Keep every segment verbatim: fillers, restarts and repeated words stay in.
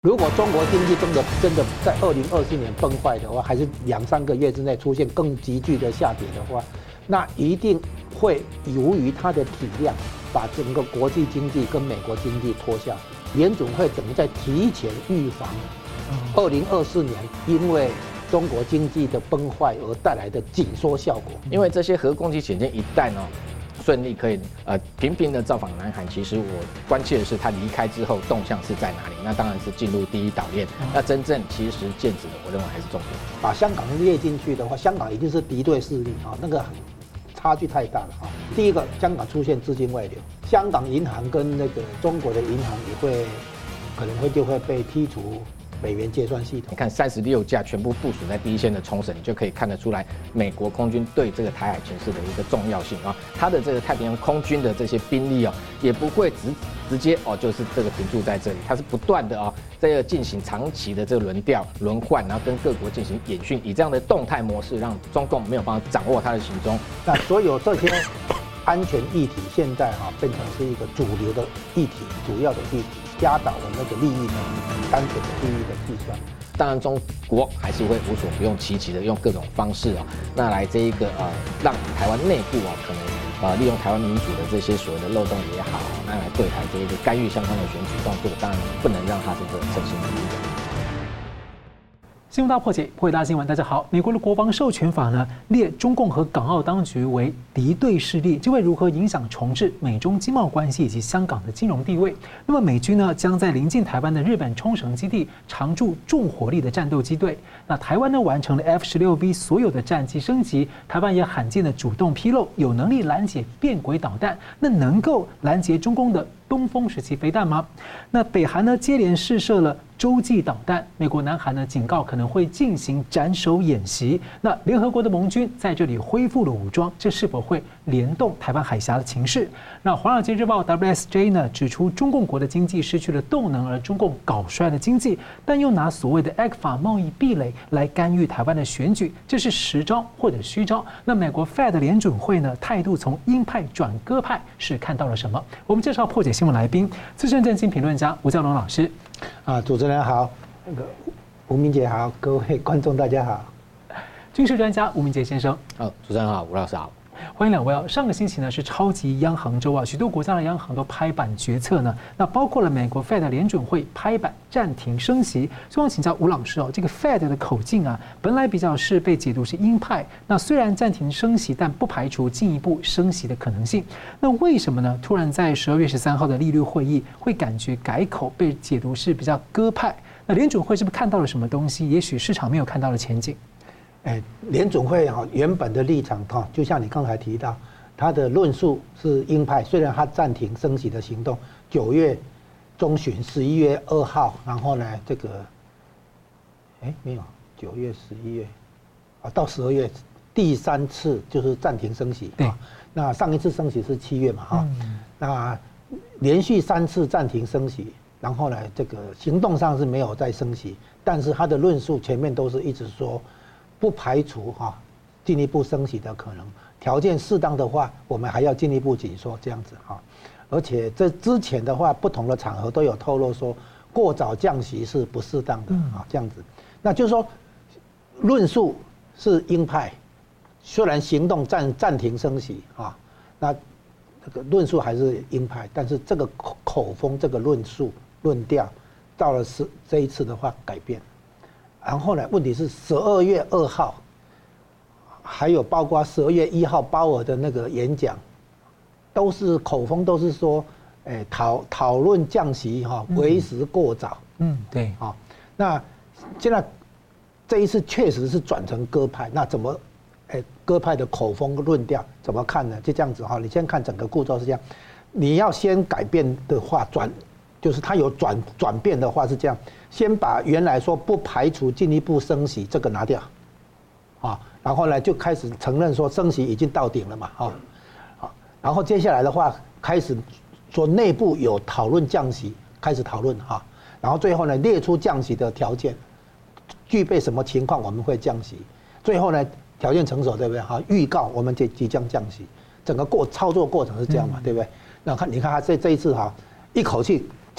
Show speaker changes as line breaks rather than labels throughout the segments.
如果中国经济真的真的在二零二四年崩坏的话，还是两三个月之内出现更急剧的下跌的话，那一定会由于它的体量，把整个国际经济跟美国经济拖下去。联准会等于在提前预防二零二四年因为中国经济的崩坏而带来的紧缩效果。
因为这些核攻击潜舰一旦哦。顺利可以呃频频的造访南韩，其实我关切的是他离开之后动向是在哪里？那当然是进入第一岛链。那真正其实剑指的，我认为还是中国。
把香港列进去的话，香港一定是敌对势力啊，那个差距太大了啊。第一个，香港出现资金外流，香港银行跟那个中国的银行也会可能会就会被剔除美元结算系统。
你看三十六架全部部署在第一线的冲绳，你就可以看得出来美国空军对这个台海情势的一个重要性啊。它的这个太平洋空军的这些兵力哦，也不会直直接哦就是这个停驻在这里，它是不断的啊这个进行长期的这个轮调轮换，然后跟各国进行演训，以这样的动态模式，让中共没有办法掌握它的行踪。
那所有这些安全议题现在哈、啊、变成是一个主流的议题，主要的议题。压倒了那个利益的单纯的利益的计算，
当然中国还是会无所不用其极的用各种方式啊，那来这一个呃让台湾内部啊可能呃利用台湾民主的这些所谓的漏洞也好，那来对台这一个干预相关的选举动作，当然不能让它这个称心如意。
新闻大破解，破解大新闻。大家好，美国的国防授权法呢列中共和港澳当局为敌对势力，这会如何影响重置美中经贸关系以及香港的金融地位？那么美军呢将在临近台湾的日本冲绳基地常驻重火力的战斗机队。那台湾呢完成了 F 十六 V 所有的战机升级，台湾也罕见的主动披露有能力拦截变轨导弹，那能够拦截中共的东风时期飞弹吗？那北韩呢接连试射了洲际导弹，美国、南韩呢警告可能会进行斩首演习。那联合国的盟军在这里恢复了武装，这是否会联动台湾海峡的情势？那《华尔街日报》W S J 呢指出，中共国的经济失去了动能，而中共搞衰了经济，但又拿所谓的 A 股 贸易壁垒来干预台湾的选举，这是实招或者虚招？那美国 Fed 联准会呢态度从鹰派转鸽派，是看到了什么？我们介绍破解新闻来宾，资深政经评论家吴教龙老师。
啊，主持人好，那个吴明杰好，各位观众大家好。
军事专家吴明杰先生，
好，主持人好，吴老师好。
欢迎两位哦。上个星期呢是超级央行周啊，许多国家的央行都拍板决策呢，那包括了美国 Fed 联准会拍板暂停升息。所以我请教吴老师哦，这个 Fed 的口径啊，本来比较是被解读是鹰派，那虽然暂停升息，但不排除进一步升息的可能性。那为什么呢？突然在十二月十三号的利率会议会感觉改口被解读是比较鸽派？那联准会是不是看到了什么东西？也许市场没有看到的前景？
哎，联准会哈原本的立场哈，就像你刚才提到，他的论述是鹰派，虽然他暂停升息的行动，九月中旬、十一月二号，然后呢，这个，哎没有，九月、十一月，啊到十二月第三次就是暂停升息啊。那上一次升息是七月嘛哈，嗯、那连续三次暂停升息，然后呢，这个行动上是没有再升息，但是他的论述前面都是一直说。不排除哈进一步升息的可能，条件适当的话，我们还要进一步紧缩这样子哈。而且这之前的话，不同的场合都有透露说，过早降息是不适当的啊，这样子。那就是说，论述是鹰派，虽然行动暂暂停升息啊，那这个论述还是鹰派，但是这个口口风这个论述论调，到了是这一次的话改变。然后呢？问题是十二月二号，还有包括十二月一号鲍尔的那个演讲，都是口风都是说，哎讨讨论降息哈，为时过早。
嗯，对。
啊，那现在这一次确实是转成鸽派，那怎么，哎鸽派的口风论调怎么看呢？就这样子哈，你先看整个步骤是这样，你要先改变的话转。就是它有转转变的话是这样，先把原来说不排除进一步升息这个拿掉，啊，然后呢就开始承认说升息已经到顶了嘛，啊，啊，然后接下来的话开始说内部有讨论降息，开始讨论哈，然后最后呢列出降息的条件，具备什么情况我们会降息，最后呢条件成熟对不对哈？预告我们即即将降息，整个过操作过程是这样嘛，对不对？那看你看他这这一次哈，一口气。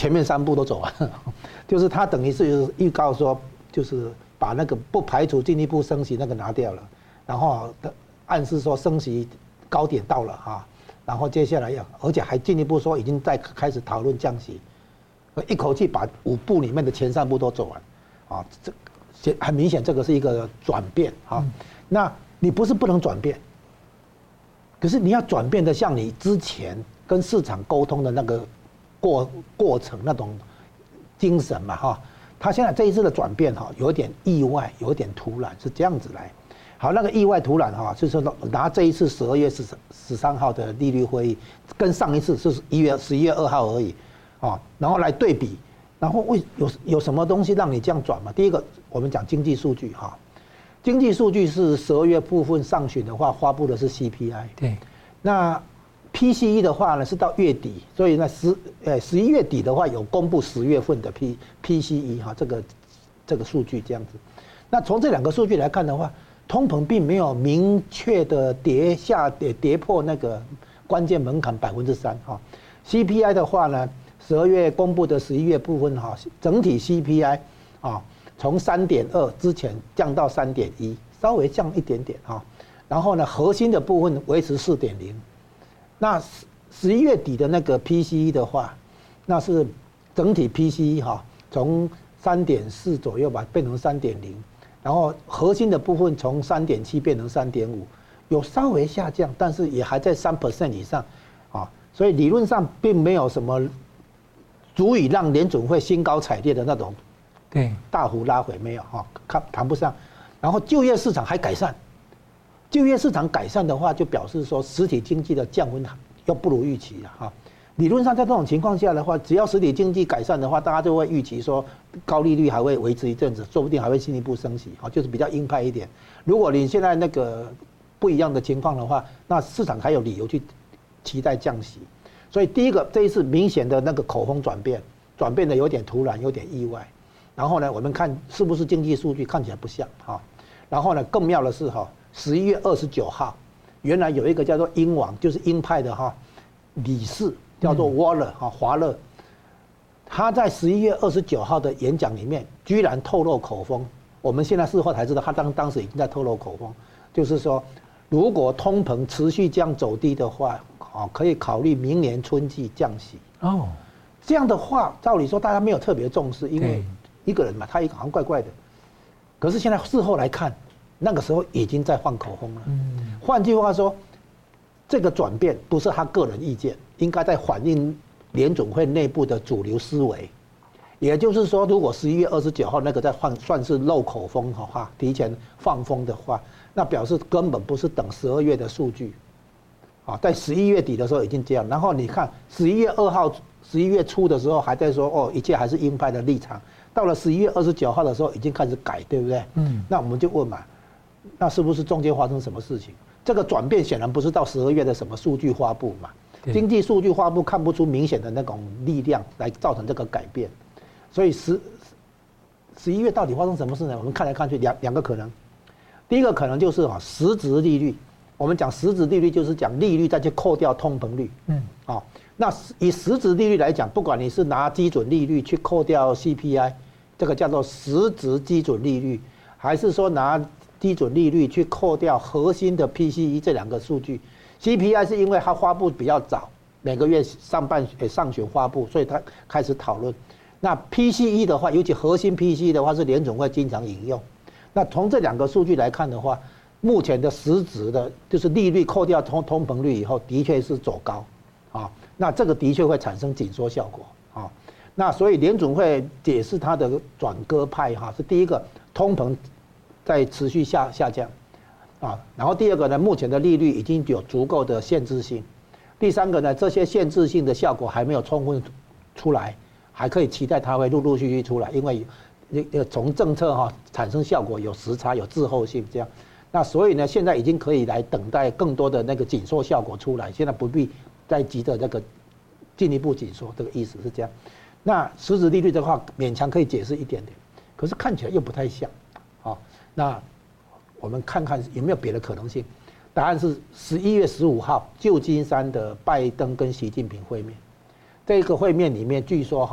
前面三步都走完，就是他等于是预告说，就是把那个不排除进一步升息那个拿掉了，然后暗示说升息高点到了哈，然后接下来要，而且还进一步说已经在开始讨论降息，一口气把五步里面的前三步都走完，啊，这很明显这个是一个转变啊。那你不是不能转变，可是你要转变的像你之前跟市场沟通的那个过过程那种精神嘛哈。他现在这一次的转变哈，有点意外，有点突然，是这样子来。好，那个意外突然哈，就是说拿这一次十二月十十三号的利率会议，跟上一次是一月十一月二号而已，啊，然后来对比，然后为有有什么东西让你这样转嘛？第一个，我们讲经济数据哈，经济数据是十二月部分上旬的话发布的是 C P I， 对，那 P C E 的话呢是到月底，所以呢十呃十一月底的话有公布十月份的 P P C E 哈这个这个数据这样子，那从这两个数据来看的话。通膨并没有明确的跌下跌跌破那个关键门槛百分之三哈 ，C P I 的话呢，十二月公布的十一月部分哈，整体 C P I 啊从三点二之前降到三点一，稍微降一点点哈，然后呢核心的部分维持四点零，那十一月底的那个 P C E 的话，那是整体 P C E 哈从三点四左右吧变成三点零。然后核心的部分从三点七变成三点五，有稍微下降，但是也还在三 percent 以上，啊，所以理论上并没有什么足以让联准会兴高采烈的那种，对，大幅拉回没有哈，看谈不上。然后就业市场还改善，就业市场改善的话，就表示说实体经济的降温又不如预期了哈。理论上，在这种情况下的话，只要实体经济改善的话，大家就会预期说高利率还会维持一阵子，说不定还会进一步升息，啊，就是比较鹰派一点。如果你现在那个不一样的情况的话，那市场还有理由去期待降息。所以第一个，这一次明显的那个口风转变，转变的有点突然，有点意外。然后呢，我们看是不是经济数据看起来不像哈。然后呢，更妙的是哈，十一月二十九号，原来有一个叫做鹰王，就是鹰派的哈理事。叫做 Waller 哈华勒，他在十一月二十九号的演讲里面，居然透露口风。我们现在事后才知道，他当当时已经在透露口风，就是说，如果通膨持续这样走低的话，啊，可以考虑明年春季降息。哦，这样的话，照理说大家没有特别重视，因为一个人嘛，他一个好像怪怪的。可是现在事后来看，那个时候已经在换口风了。嗯，换句话说。这个转变不是他个人意见，应该在反映联准会内部的主流思维。也就是说，如果十一月二十九号那个在换算是漏口风的话，提前放风的话，那表示根本不是等十二月的数据，啊，在十一月底的时候已经这样。然后你看十一月二号、十一月初的时候还在说哦，一切还是鹰派的立场，到了十一月二十九号的时候已经开始改，对不对？嗯。那我们就问嘛，那是不是中间发生什么事情？这个转变显然不是到十二月的什么数据发布嘛，经济数据发布看不出明显的那种力量来造成这个改变，所以十十一月到底发生什么事呢？我们看来看去两两个可能，第一个可能就是哈实质利率，我们讲实质利率就是讲利率再去扣掉通膨率，嗯，啊，那以实质利率来讲，不管你是拿基准利率去扣掉 C P I， 这个叫做实质基准利率，还是说拿基准利率去扣掉核心的 P C E 这两个数据 ，C P I 是因为它发布比较早，每个月上半呃上旬发布，所以它开始讨论。那 P C E 的话，尤其核心 P C E 的话是联总会经常引用。那从这两个数据来看的话，目前的实质的就是利率扣掉通通膨率以后，的确是走高，啊，那这个的确会产生紧缩效果啊。那所以联总会解释它的转鸽派哈，是第一个通膨。在持续下下降，啊，然后第二个呢，目前的利率已经有足够的限制性，第三个呢，这些限制性的效果还没有充分出来，还可以期待它会陆陆续续出来，因为从政策哈产生效果有时差有滞后性这样，那所以呢，现在已经可以来等待更多的那个紧缩效果出来，现在不必再急着那个进一步紧缩，这个意思是这样。那实质利率的话，勉强可以解释一点点，可是看起来又不太像，啊。那我们看看有没有别的可能性？答案是十一月十五号旧金山的拜登跟习近平会面。这个会面里面，据说哈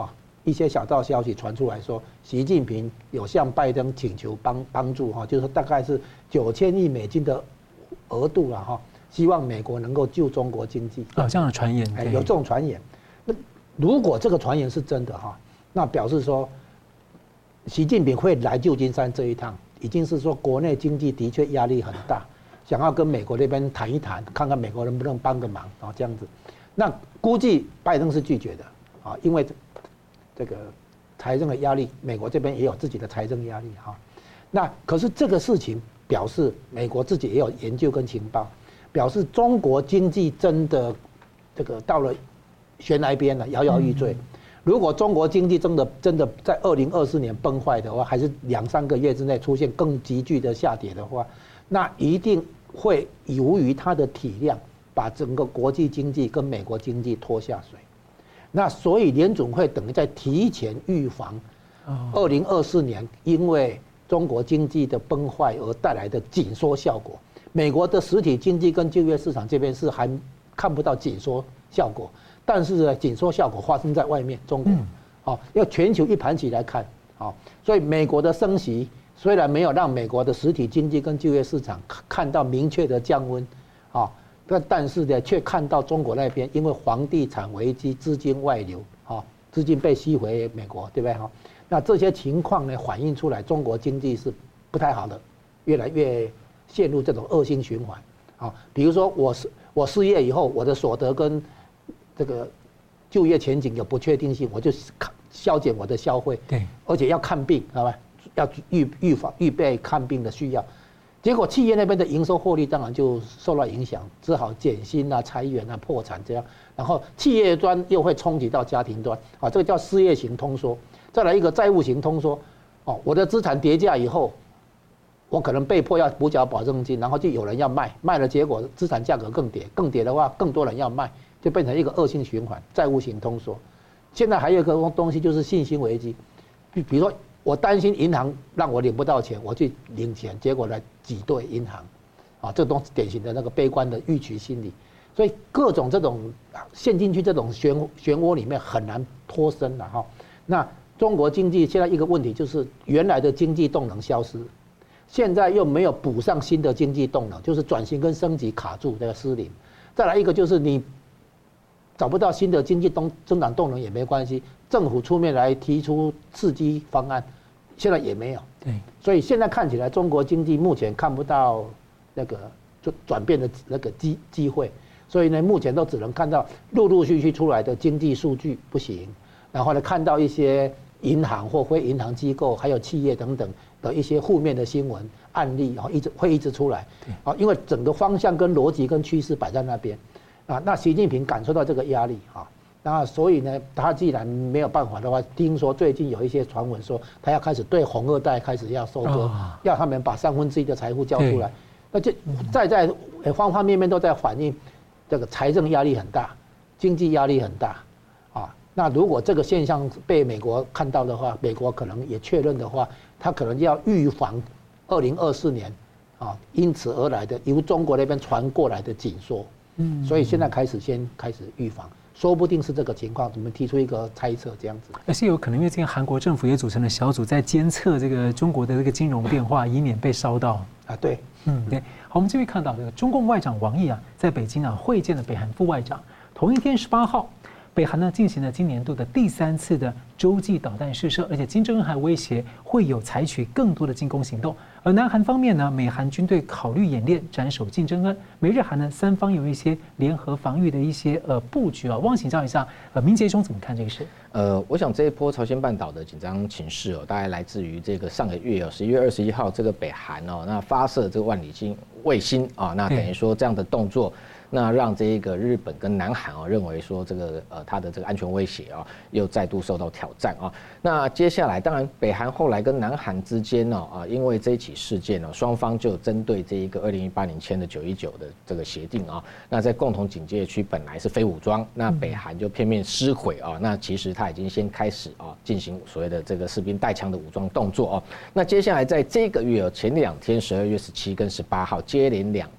一些小道消息传出来说，习近平有向拜登请求帮帮助哈，就是大概是九千亿美金的额度了哈，希望美国能够救中国经济。
啊，这样的传言，
哎，有这种传言。那如果这个传言是真的哈，那表示说，习近平会来旧金山这一趟，已经是说国内经济的确压力很大，想要跟美国那边谈一谈，看看美国能不能帮个忙啊，这样子。那估计拜登是拒绝的啊，因为这个财政的压力，美国这边也有自己的财政压力哈。那可是这个事情表示，美国自己也有研究跟情报，表示中国经济真的这个到了悬崖边了，摇摇欲坠。如果中国经济真的真的在二零二四年崩坏的话，还是两三个月之内出现更急剧的下跌的话，那一定会由于它的体量，把整个国际经济跟美国经济拖下水。那所以联准会等于在提前预防二零二四年因为中国经济的崩坏而带来的紧缩效果。美国的实体经济跟就业市场这边是还看不到紧缩效果，但是呢，紧缩效果发生在外面，中国。好，要全球一盘棋来看，好，所以美国的升息虽然没有让美国的实体经济跟就业市场看到明确的降温，啊。但但是呢，却看到中国那边因为房地产危机，资金外流，哈，资金被吸回美国，对不对哈？那这些情况呢，反映出来中国经济是不太好的，越来越陷入这种恶性循环。啊，比如说我失我失业以后，我的所得跟这个就业前景有不确定性，我就削减我的消费，
对，
而且要看病，好吧，要预预防预备看病的需要。结果企业那边的营收获利当然就受到影响，只好减薪啊、裁员啊、破产这样。然后企业端又会冲击到家庭端，啊，这个叫失业型通缩。再来一个债务型通缩，哦，我的资产跌价以后，我可能被迫要补缴保证金，然后就有人要卖，卖了结果资产价格更跌，更跌的话更多人要卖，就变成一个恶性循环，债务型通缩。现在还有一个东西就是信心危机，比比如说。我担心银行让我领不到钱，我去领钱，结果来挤兑银行，啊，这都是典型的那个悲观的预期心理。所以各种这种陷进去这种漩漩涡里面很难脱身了哈。那中国经济现在一个问题就是原来的经济动能消失，现在又没有补上新的经济动能，就是转型跟升级卡住这个失灵。再来一个就是你找不到新的经济动增长动能也没关系，政府出面来提出刺激方案，现在也没有。
对，
所以现在看起来中国经济目前看不到那个转转变的那个机机会，所以呢，目前都只能看到陆陆续续出来的经济数据不行，然后呢，看到一些银行或非银行机构还有企业等等的一些负面的新闻案例，然后一直会一直出来。啊，因为整个方向跟逻辑跟趋势摆在那边。啊，那习近平感受到这个压力啊，那所以呢，他既然没有办法的话，听说最近有一些传闻说，他要开始对红二代开始要收割，哦、要他们把三分之一的财富交出来，那就在在方方面面都在反映这个财政压力很大，经济压力很大，啊，那如果这个现象被美国看到的话，美国可能也确认的话，他可能要预防二零二四年啊，因此而来的由中国那边传过来的紧缩。嗯，所以现在开始先开始预防，说不定是这个情况。我们提出一个猜测，这样子。
而是有可能，因为今天韩国政府也组成了小组，在监测这个中国的这个金融变化，以免被烧到。
啊，对，
嗯，对。好，我们这边看到这个中共外长王毅啊，在北京啊会见了北韩副外长。同一天十八号，北韩呢进行了今年度的第三次的洲际导弹试射，而且金正恩还威胁会有采取更多的进攻行动。而南韩方面呢，美韩军队考虑演练斩首金正恩，美日韩呢三方有一些联合防御的一些呃布局啊。汪请教一下，呃，明杰兄怎么看这个事？
呃，我想这一波朝鲜半岛的紧张情势哦，大概来自于这个上个月哦，十一月二十一号这个北韩哦，那发射这个万里星卫星啊，那等于说这样的动作。那让这一个日本跟南韩啊认为说这个呃它的这个安全威胁啊又再度受到挑战啊。那接下来当然北韩后来跟南韩之间呢啊因为这一起事件呢，双方就针对这一个二零一八年签的九一九的这个协定啊，那在共同警戒区本来是非武装，那北韩就片面撕毁啊，那其实他已经先开始啊进行所谓的这个士兵带枪的武装动作啊。那接下来在这个月前两天十二月十七跟十八号接连两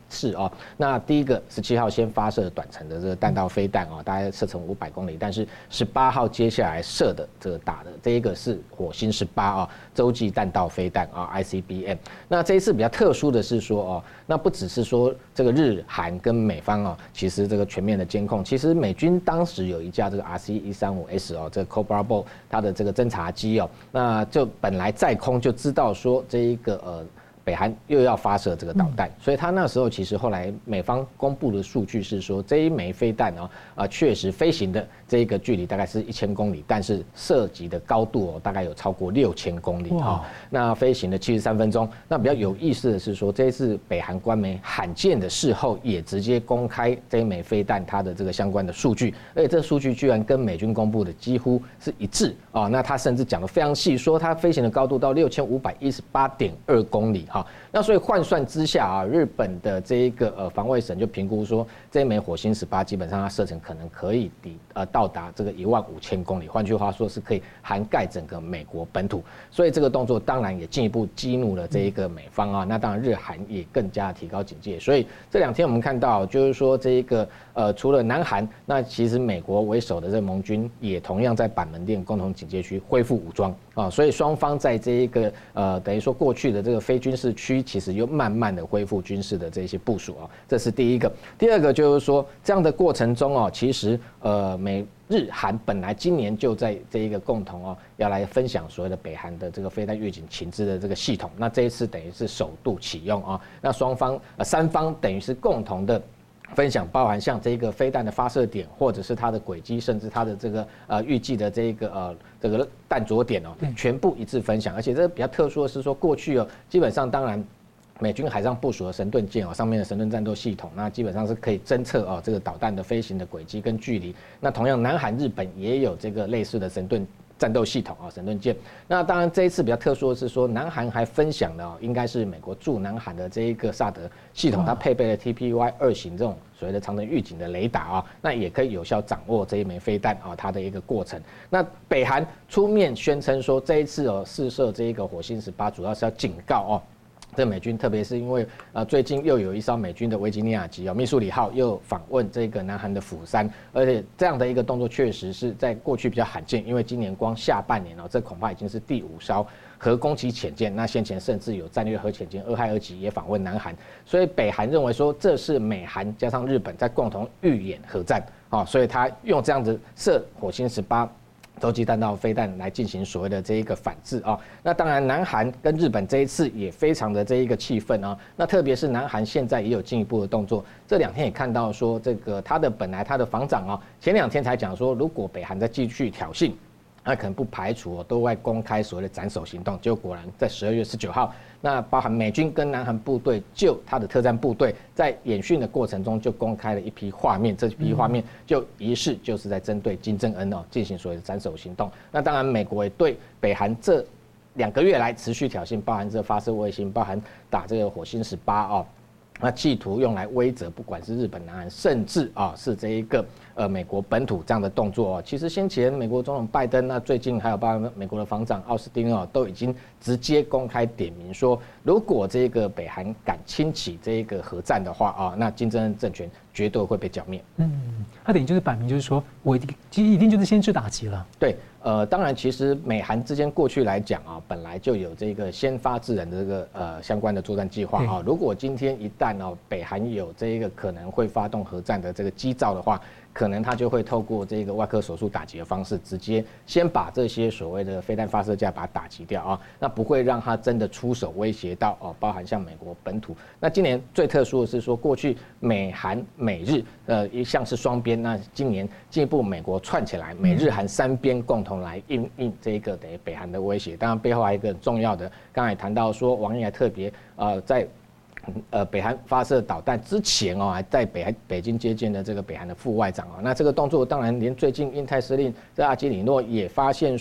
次啊。那第一个十七号先发射短程的这个弹道飞弹啊，大概射程五百公里，但是十八号接下来射的这个打的这一个是火星十八啊洲际弹道飞弹啊 I C B M。那这一次比较特殊的是说哦，那不只是说这个日韩跟美方哦，其实这个全面的监控，其实美军当时有一架这个 R C 一三五 S 哦，这个 Cobra Ball 它的这个侦察机哦，那就本来在空就知道说这一个呃。北韩又要发射这个导弹，所以他那时候其实后来美方公布的数据是说，这一枚飞弹哦，啊确实飞行的这一个距离大概是一千公里，但是射击的高度哦大概有超过六千公里啊。那飞行了七十三分钟。那比较有意思的是说，这一次北韩官媒罕见的事后也直接公开这一枚飞弹它的这个相关的数据，而且这数据居然跟美军公布的几乎是一致啊。那他甚至讲得非常细，说它飞行的高度到六千五百一十八点二公里。好，那所以换算之下啊，日本的这一个呃防卫省就评估说，这一枚火星十八基本上它射程可能可以抵呃到达这个一万五千公里，换句话说是可以涵盖整个美国本土。所以这个动作当然也进一步激怒了这一个美方啊，那当然日韩也更加提高警戒。所以这两天我们看到就是说这一个呃除了南韩，那其实美国为首的这个盟军也同样在板门店共同警戒区恢复武装啊，所以双方在这一个呃等于说过去的这个非军事区，其实又慢慢的恢复军事的这些部署啊，这是第一个。第二个就是说，这样的过程中哦，其实呃美日韩本来今年就在这一个共同哦要来分享所谓的北韩的这个飞弹预警情资的这个系统，那这一次等于是首度启用啊，那双方呃三方等于是共同的。分享包含像这个飞弹的发射点，或者是它的轨迹，甚至它的这个呃预计的这个呃这个弹着点哦，全部一致分享。而且这个比较特殊的是说，过去哦基本上当然。美军海上部署的神盾舰哦，上面的神盾战斗系统，那基本上是可以侦测哦这个导弹的飞行的轨迹跟距离。那同样，南韩、日本也有这个类似的神盾战斗系统啊，神盾舰。那当然这一次比较特殊的是说，南韩还分享了、哦、应该是美国驻南韩的这一个萨德系统，它配备了 T P Y 二型这种所谓的长程预警的雷达啊，那也可以有效掌握这一枚飞弹啊它的一个过程。那北韩出面宣称说，这一次哦试射这一个火星十八，主要是要警告哦。这美军，特别是因为呃最近又有一艘美军的维吉尼亚级哦密苏里号又访问这个南韩的釜山，而且这样的一个动作确实是在过去比较罕见，因为今年光下半年哦，这恐怕已经是第五艘核攻击潜舰，那先前甚至有战略核潜舰俄亥俄级也访问南韩，所以北韩认为说这是美韩加上日本在共同预演核战啊，所以他用这样子射火星十八。洲际弹道飞弹来进行所谓的这一个反制啊，那当然南韩跟日本这一次也非常的这一个气愤啊，那特别是南韩现在也有进一步的动作，这两天也看到说这个他的本来他的防长啊，前两天才讲说如果北韩再继续挑衅。那可能不排除哦，都会公开所谓的斩首行动。结果果然在十二月十九号，那包含美军跟南韩部队就他的特战部队在演训的过程中就公开了一批画面，这批画面就疑似就是在针对金正恩哦进行所谓的斩首行动。那当然，美国也对北韩这两个月来持续挑衅，包含这发射卫星，包含打这个火星十八哦。那企图用来威慑，不管是日本、南韩，甚至啊是这一个呃美国本土这样的动作哦。其实先前美国总统拜登，那最近还有包括美国的防长奥斯汀哦，都已经直接公开点名说，如果这个北韩敢轻启这个核战的话啊，那金正恩政权绝对会被剿灭。嗯，
他等于就是摆明就是说我一定其实一定就是先制打击了。
对。呃，当然，其实美韩之间过去来讲啊，本来就有这个先发制人的这个呃相关的作战计划啊。如果今天一旦哦北韩有这一个可能会发动核战的这个迹兆的话，可能他就会透过这个外科手术打击的方式，直接先把这些所谓的飞弹发射架把它打击掉啊，那不会让他真的出手威胁到哦，包含像美国本土。那今年最特殊的是说，过去美韩美日呃一向是双边，那今年进一步美国串起来，美日韩三边共同来应应这一个等于北韩的威胁。当然背后还有一个很重要的，刚才谈到说，王毅还特别呃在。呃，北韩发射导弹之前哦，还在北北京接见的这个北韩的副外长哦，那这个动作当然连最近印太司令这阿基里诺也发现说，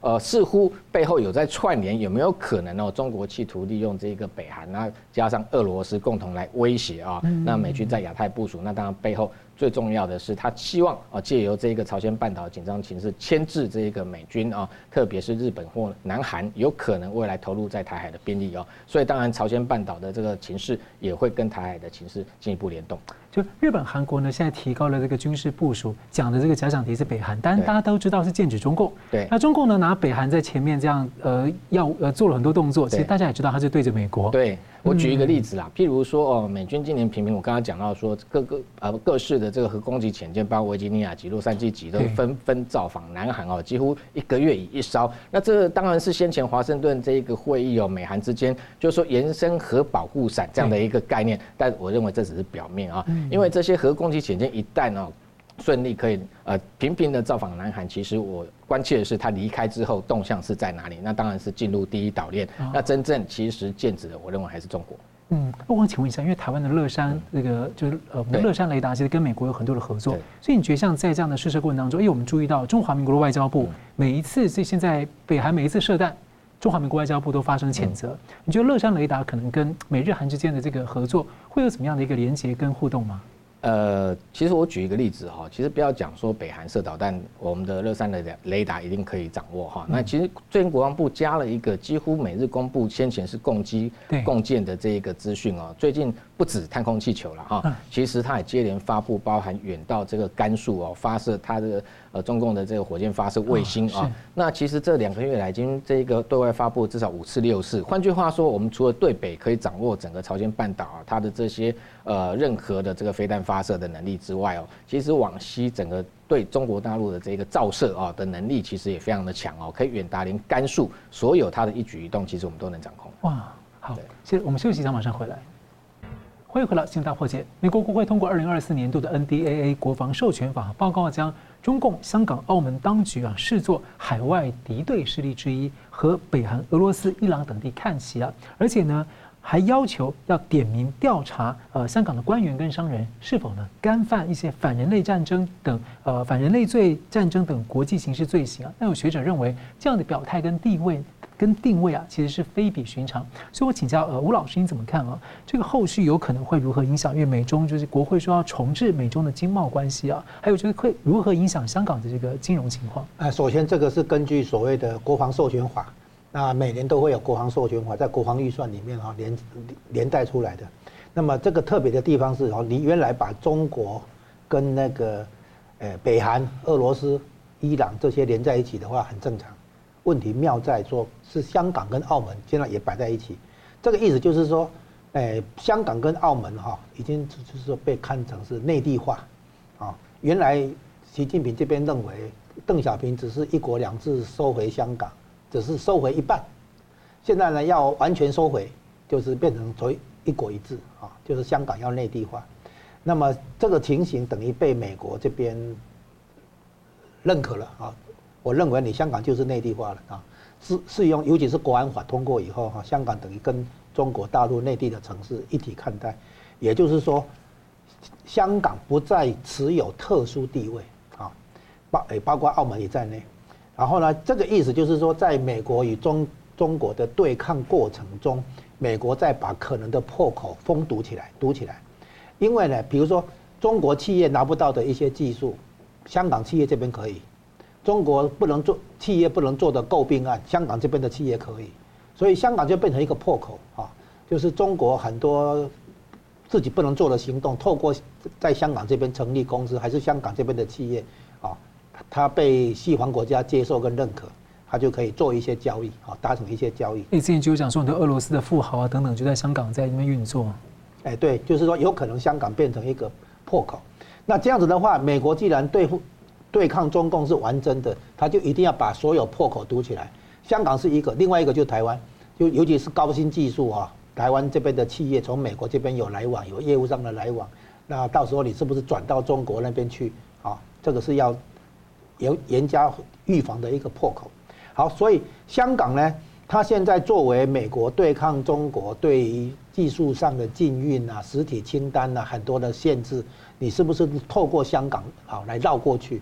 呃，似乎背后有在串联，有没有可能哦？中国企图利用这个北韩，那加上俄罗斯共同来威胁啊、哦，那美军在亚太部署，那当然背后最重要的是，他希望啊借由这个朝鲜半岛紧张情势，牵制这个美军啊，特别是日本或南韩有可能未来投入在台海的兵力哦，所以当然朝鲜半岛的这个情势也会跟台海的情势进一步联动。
就日本、韩国呢，现在提高了这个军事部署，讲的这个假想敌是北韩，但大家都知道是剑指中共。
对，
那中共呢拿北韩在前面这样呃要呃做了很多动作，其实大家也知道他是对着美国。
对。我举一个例子啦，譬如说哦，美军今年频频，我刚刚讲到说各个呃各式的这个核攻击潜舰，包括维吉尼亚级、洛杉矶级，都纷纷造访南韩哦，几乎一个月以一艘。那这当然是先前华盛顿这一个会议哦，美韩之间就是说延伸核保护伞这样的一个概念，但我认为这只是表面啊，因为这些核攻击潜舰一旦哦顺利可以呃频频的造访南韩，其实我关切的是他离开之后动向是在哪里？那当然是进入第一岛链。哦、那真正其实剑指的，我认为还是中国。
嗯，我想请问一下，因为台湾的乐山这个就是呃我们的乐山雷达其实跟美国有很多的合作，所以你觉得像在这样的试射过程当中，因为我们注意到中华民国的外交部每一次这现在北韩每一次射弹，中华民国外交部都发生谴责。嗯、你觉得乐山雷达可能跟美日韩之间的这个合作会有怎么样的一个连结跟互动吗？
呃，其实我举一个例子哈，其实不要讲说北韩射导弹，我们的乐山的雷达一定可以掌握哈。那其实最近国防部加了一个几乎每日公布先前是共机共建的这一个资讯哦，最近不止探空气球了哈，其实它也接连发布包含远到这个甘肃哦发射它的呃中共的这个火箭发射卫星啊。那其实这两个月来已经这个对外发布至少五次六次。换句话说，我们除了对北可以掌握整个朝鲜半岛啊它的这些呃任何的这个飞弹发射的能力之外哦，其实往西整个对中国大陆的这个照射啊的能力，其实也非常的强哦，可以远达连甘肃所有它的一举一动，其实我们都能掌控。
哇，好，谢谢，我们休息一下，马上回来。欢迎回到《新闻大破解》。美国国会通过二零二四年度的 N D A A 国防授权法报告，将中共、香港、澳门当局啊视作海外敌对势力之一，和北韩、俄罗斯、伊朗等地看齐啊，而且呢。还要求要点名调查，呃，香港的官员跟商人是否呢干犯一些反人类战争等，呃，反人类罪、战争等国际刑事罪行啊。那有学者认为，这样的表态跟地位跟定位啊，其实是非比寻常。所以我请教呃吴老师，你怎么看啊？这个后续有可能会如何影响？因为美中就是国会说要重置美中的经贸关系啊，还有就是会如何影响香港的这个金融情况？
呃，首先这个是根据所谓的国防授权法。那每年都会有国防授权法在国防预算里面哈连连带出来的。那么这个特别的地方是哦，你原来把中国跟那个呃北韩、俄罗斯、伊朗这些连在一起的话很正常。问题妙在说是香港跟澳门现在也摆在一起，这个意思就是说，呃香港跟澳门哈已经就是说被看成是内地化啊。原来习近平这边认为邓小平只是一国两制收回香港。只是收回一半，现在呢要完全收回，就是变成所谓一国一制啊，就是香港要内地化。那么这个情形等于被美国这边认可了啊。我认为你香港就是内地化了啊，适适用，尤其是国安法通过以后哈，香港等于跟中国大陆内地的城市一体看待，也就是说，香港不再持有特殊地位啊，包诶包括澳门也在内。然后呢，这个意思就是说，在美国与中中国的对抗过程中，美国再把可能的破口封堵起来，堵起来。因为呢，比如说中国企业拿不到的一些技术，香港企业这边可以；中国不能做企业不能做的诟病案，香港这边的企业可以。所以香港就变成一个破口啊，就是中国很多自己不能做的行动，透过在香港这边成立公司，还是香港这边的企业啊。它被西方国家接受跟认可，它就可以做一些交易啊，达成一些交易。
你之前就讲说，很多俄罗斯的富豪啊等等，就在香港在那边运作。
哎，对，就是说有可能香港变成一个破口。那这样子的话，美国既然对付对抗中共是完真的，他就一定要把所有破口堵起来。香港是一个，另外一个就是台湾，就尤其是高新技术啊，台湾这边的企业从美国这边有来往，有业务上的来往，那到时候你是不是转到中国那边去啊？这个是要。严严加预防的一个破口。好，所以香港呢，它现在作为美国对抗中国对于技术上的禁运啊、实体清单啊很多的限制，你是不是透过香港好来绕过去？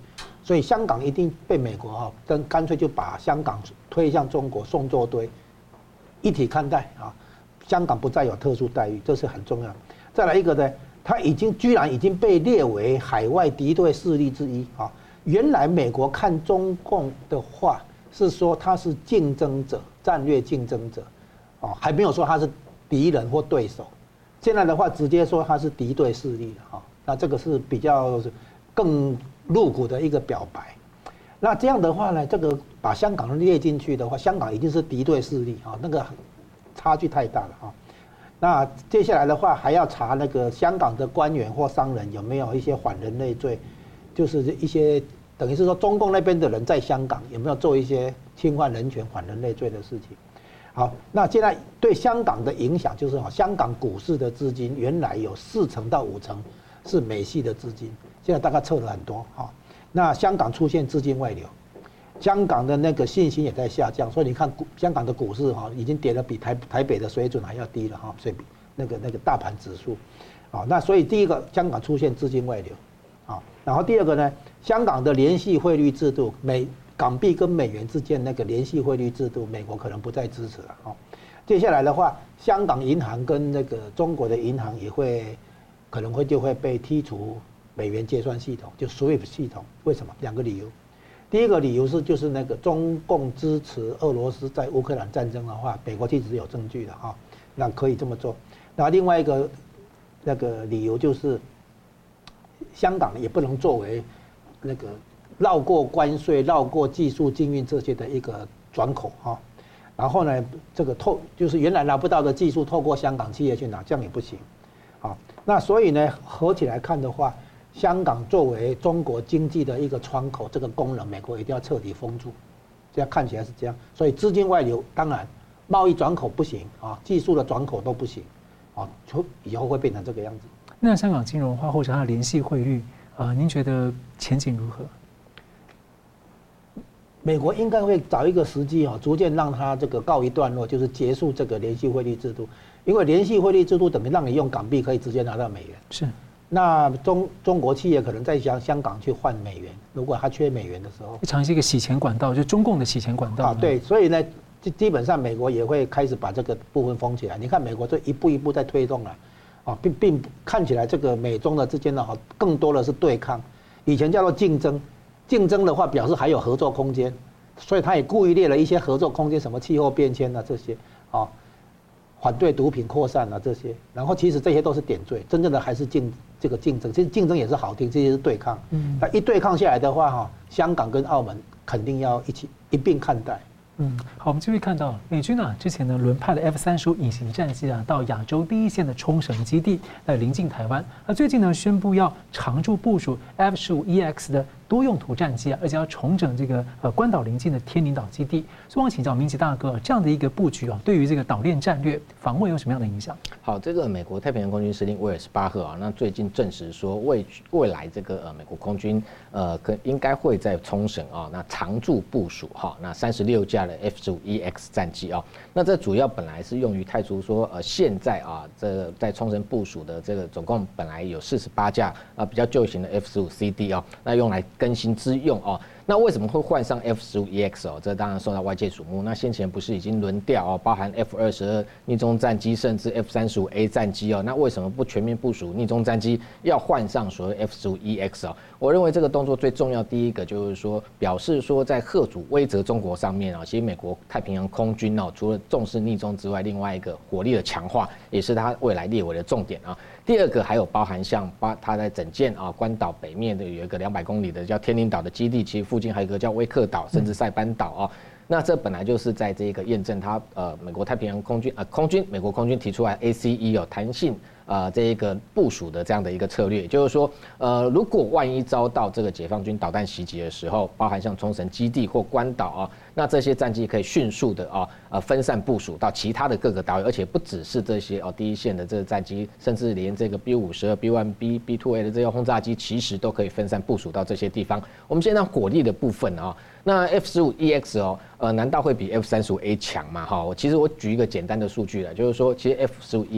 所以香港一定被美国哈，跟干脆就把香港推向中国送作堆，一体看待啊，香港不再有特殊待遇，这是很重要。再来一个呢，它已经居然已经被列为海外敌对势力之一啊。原来美国看中共的话是说它是竞争者，战略竞争者，啊，还没有说它是敌人或对手。现在的话直接说它是敌对势力了哈，那这个是比较更露骨的一个表白。那这样的话呢，这个把香港列进去的话，香港一定是敌对势力啊，那个差距太大了啊。那接下来的话还要查那个香港的官员或商人有没有一些反人类罪，就是一些等于是说中共那边的人在香港有没有做一些侵犯人权、反人类罪的事情。好，那现在对香港的影响就是哈，香港股市的资金原来有四成到五成是美系的资金，现在大概撤了很多哈。那香港出现资金外流，香港的那个信心也在下降，所以你看股香港的股市哈已经跌得比台台北的水准还要低了哈，所以比那个那个大盘指数，啊，那所以第一个香港出现资金外流，啊，然后第二个呢，香港的联系汇率制度美。港币跟美元之间那个联系汇率制度，美国可能不再支持了哦。接下来的话，香港银行跟那个中国的银行也会可能会就会被剔除美元结算系统，就 S W I F T 系统。为什么？两个理由。第一个理由是就是那个中共支持俄罗斯在乌克兰战争的话，美国其实有证据的哈，那可以这么做。那另外一个那个理由就是，香港也不能作为那个。绕过关税、绕过技术禁运这些的一个转口哈，然后呢，这个透就是原来拿不到的技术，透过香港企业去拿，这样也不行，啊，那所以呢，合起来看的话，香港作为中国经济的一个窗口，这个功能，美国一定要彻底封住，这样看起来是这样，所以资金外流，当然贸易转口不行啊，技术的转口都不行，啊，就以后会变成这个样子。
那香港金融化或者它的联系汇率，呃，您觉得前景如何？
美国应该会找一个时机哦，逐渐让它这个告一段落，就是结束这个联系汇率制度。因为联系汇率制度等于让你用港币可以直接拿到美元。是。那中中国企业可能在香香港去换美元，如果它缺美元的时候，
尝试一个洗钱管道，就中共的洗钱管道。
啊，对，所以呢，基基本上美国也会开始把这个部分封起来。你看美国这一步一步在推动了，啊，并并看起来这个美中的之间呢，哈，更多的是对抗，以前叫做竞争。竞争的话，表示还有合作空间，所以他也故意列了一些合作空间，什么气候变迁啊这些，啊，反对毒品扩散啊这些，然后其实这些都是点缀，真正的还是竞这个竞争，其实竞争也是好听，这些是对抗。嗯，那一对抗下来的话，哈，香港跟澳门肯定要一起一并看待。
嗯，好，我们继续看到美军啊，之前呢轮派了 F 三十五隐形战机啊到亚洲第一线的冲绳基地来临近台湾，而最近呢宣布要常驻部署 F 十五 E X 的多用途战机啊，而且要重整这个呃关岛邻近的天宁岛基地。所以我请教明奇大哥，这样的一个布局啊，对于这个岛链战略防卫有什么样的影响？
好，这个美国太平洋空军司令威尔斯巴赫啊，那最近证实说未未来这个呃美国空军呃可应该会在冲绳啊那常驻部署哈，那三十六架的 F 十五 E X 战机啊，那这主要本来是用于汰除说呃现在啊这在冲绳部署的这个总共本来有四十八架啊比较旧型的 F 十五 C D 啊，那用来更新之用哦。那为什么会换上 F 十五 E X 哦？这当然受到外界瞩目。那先前不是已经轮调哦，包含 F 二十二逆中战机，甚至 F 三十五 A 战机哦。那为什么不全面部署逆中战机，要换上所谓 F 十五 E X 哦？我认为这个动作最重要，第一个就是说，表示说在吓阻威慑中国上面啊，其实美国太平洋空军哦，除了重视逆中之外，另外一个火力的强化，也是它未来列为的重点啊。第二个还有包含像把它在整件啊关岛北面的有一个两百公里的叫天宁岛的基地，其实附近还有一个叫威克岛，甚至塞班岛啊。那这本来就是在这个验证它呃美国太平洋空军呃空军美国空军提出来 A C E 有弹性呃这一个部署的这样的一个策略，也就是说呃如果万一遭到这个解放军导弹袭击的时候，包含像冲绳基地或关岛啊，那这些战机可以迅速的啊呃分散部署到其他的各个岛屿，而且不只是这些哦第一线的这个战机，甚至连这个 B 五十二、B 一 B、B 二 A 的这些轰炸机，其实都可以分散部署到这些地方。我们先让火力的部分啊。那 F 十五 E X 哦，呃，难道会比 F 三十五 A 强吗？哈，我其实我举一个简单的数据了，就是说，其实 F 十五 E X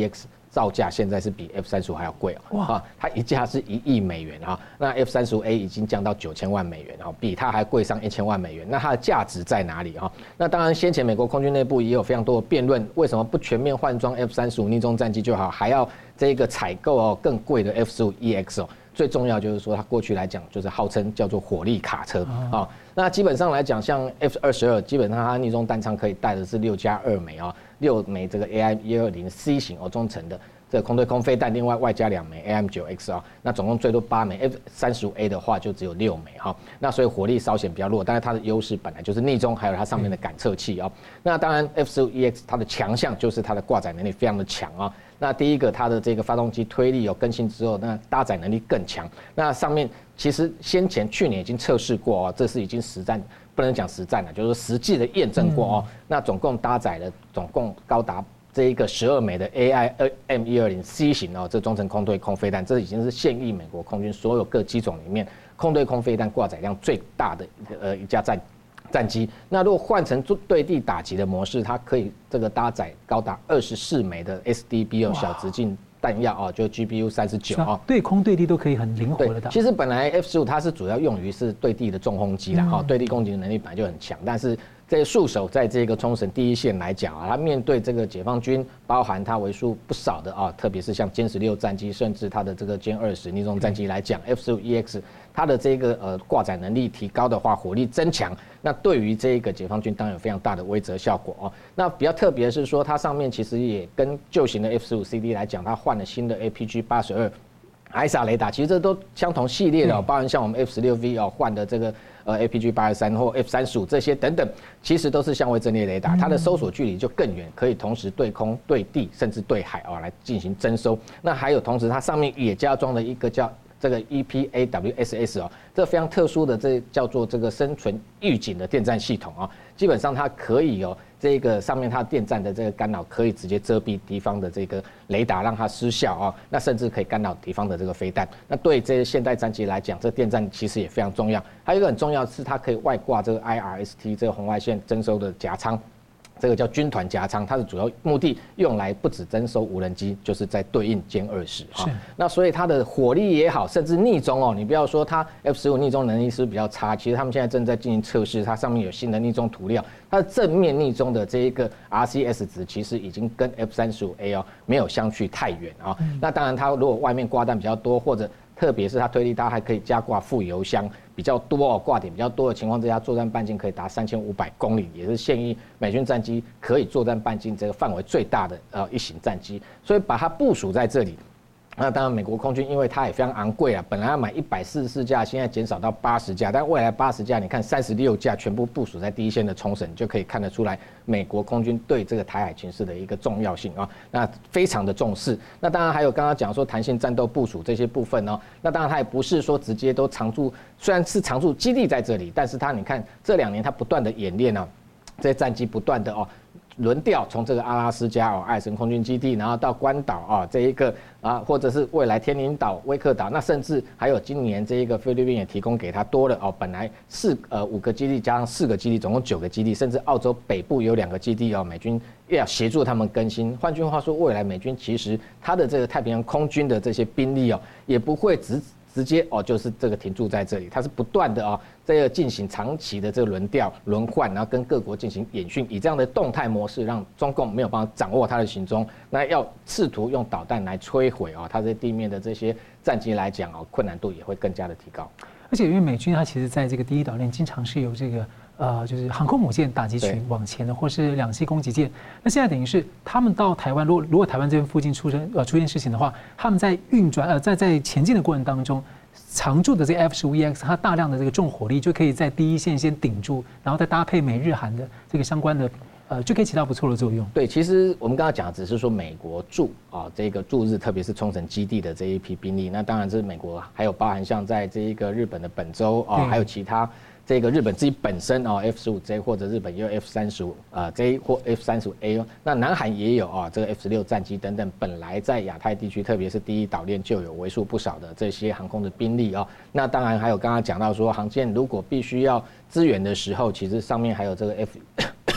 造价现在是比 F 三十五还要贵哦，哇，它一架是一亿美元啊，那 F 三十五 A 已经降到九千万美元啊，比它还贵上一千万美元，那它的价值在哪里啊？那当然，先前美国空军内部也有非常多的辩论，为什么不全面换装 F 三十五逆中战机就好，还要这个采购哦更贵的 F 十五 E X 哦？最重要就是说，它过去来讲就是号称叫做火力卡车啊。那基本上来讲，像 F 二十二，基本上它逆中弹仓可以带的是六加二枚啊，六枚这个 A I 一二零 C 型哦中程的这个空对空飞弹，另外外加两枚 A M 九 X 啊，那总共最多八枚。F 三十五 A 的话就只有六枚哈，那所以火力稍显比较弱，但是它的优势本来就是逆中，还有它上面的感测器啊。那当然 F 十五 E X 它的强项就是它的挂载能力非常的强啊。那第一个，它的这个发动机推力有更新之后，那搭载能力更强。那上面其实先前去年已经测试过哦，这是已经实战，不能讲实战了，就是说实际的验证过哦。那总共搭载了总共高达这一个十二枚的 A I M 一二零 C 型哦，这中程空对空飞弹，这已经是现役美国空军所有各机种里面空对空飞弹挂载量最大的呃一架战。战机，那如果换成对地打击的模式，它可以这个搭载高达二十四枚的 S D B 哦小直径弹药啊，就 G B U 三十九啊，
对空对地都可以很灵活的打。
其实本来 F 十五它是主要用于是对地的重轰机啦，哈、嗯，对地攻击的能力本来就很强，但是这些戍守在这个冲绳第一线来讲啊，它面对这个解放军，包含它为数不少的啊，特别是像歼十六战机，甚至它的这个歼二十逆中战机来讲 ，F 十五 E X 它的这个呃挂载能力提高的话，火力增强，那对于这个解放军当然有非常大的威慑效果哦。那比较特别的是说，它上面其实也跟旧型的 F 十五 C D 来讲，它换了新的 A P G 八十二。I S A 雷达其实这都相同系列的、哦，包含像我们 F 十六 V 哦换的这个呃 A P G 八十三或 F 三十五这些等等，其实都是相位阵列雷达，它的搜索距离就更远，可以同时对空、对地甚至对海哦来进行侦搜。那还有同时它上面也加装了一个叫这个 E P A W S S 哦，这非常特殊的这叫做这个生存预警的电站系统啊、哦，基本上它可以哦。这个上面它电站的这个干扰可以直接遮蔽敌方的这个雷达，让它失效啊、哦。那甚至可以干扰敌方的这个飞弹。那对这些现代战机来讲，这电站其实也非常重要。还有一个很重要的是，它可以外挂这个 I R S T 这个红外线征收的夹舱。这个叫军团夹舱，它的主要目的用来不止征收无人机，就是在对应歼二十哈。那所以它的火力也好，甚至逆中哦，你不要说它 F 十五逆中能力是比较差，其实他们现在正在进行测试，它上面有新的逆中涂料，它的正面逆中的这一个 R C S 值其实已经跟 F 三十五 A 哦没有相去太远啊、哦。嗯、那当然，它如果外面挂弹比较多，或者特别是它推力大，还可以加挂副油箱比较多哦，挂点比较多的情况之下，作战半径可以达三千五百公里，也是现役美军战机可以作战半径这个范围最大的呃一型战机，所以把它部署在这里。那当然，美国空军因为它也非常昂贵啊，本来要买一百四十四架，现在减少到八十架，但未来八十架，你看三十六架全部部署在第一线的冲绳，你就可以看得出来美国空军对这个台海情势的一个重要性啊，那非常的重视。那当然还有刚刚讲说弹性战斗部署这些部分哦，那当然它也不是说直接都常驻，虽然是常驻基地在这里，但是它你看这两年它不断的演练啊，这些战机不断的哦。轮调从这个阿拉斯加哦艾森空军基地，然后到关岛啊这一个啊，或者是未来天宁岛、威克岛，那甚至还有今年这一个菲律宾也提供给他多了哦，本来四呃五个基地加上四个基地，总共九个基地，甚至澳洲北部有两个基地哦，美军要协助他们更新。换句话说，未来美军其实他的这个太平洋空军的这些兵力哦，也不会只直接哦，就是这个停驻在这里，它是不断的啊、哦，这个进行长期的这个轮调、轮换，然后跟各国进行演训，以这样的动态模式，让中共没有办法掌握它的行踪。那要试图用导弹来摧毁啊、哦，它在地面的这些战机来讲哦，困难度也会更加的提高。
而且因为美军它其实在这个第一岛链经常是有这个。呃，就是航空母舰打击群往前的，或是两栖攻击舰。那现在等于是他们到台湾，如果如果台湾这边附近出生呃出现事情的话，他们在运转呃在在前进的过程当中，常驻的这个 F 十五 E X 它大量的这个重火力就可以在第一线先顶住，然后再搭配美日韩的这个相关的。呃，就可以起到不错的作用。
对，其实我们刚刚讲的只是说美国驻啊这个驻日，特别是冲绳基地的这一批兵力。那当然是美国还有包含像在这一个日本的本州啊，还有其他这个日本自己本身啊 F 十五 J 或者日本也有 F 三十五啊 J 或 F 三十五 A 哦。那南韩也有啊这个 F 十六战机等等，本来在亚太地区，特别是第一岛链就有为数不少的这些航空的兵力啊。那当然还有刚刚讲到说航舰如果必须要支援的时候，其实上面还有这个 F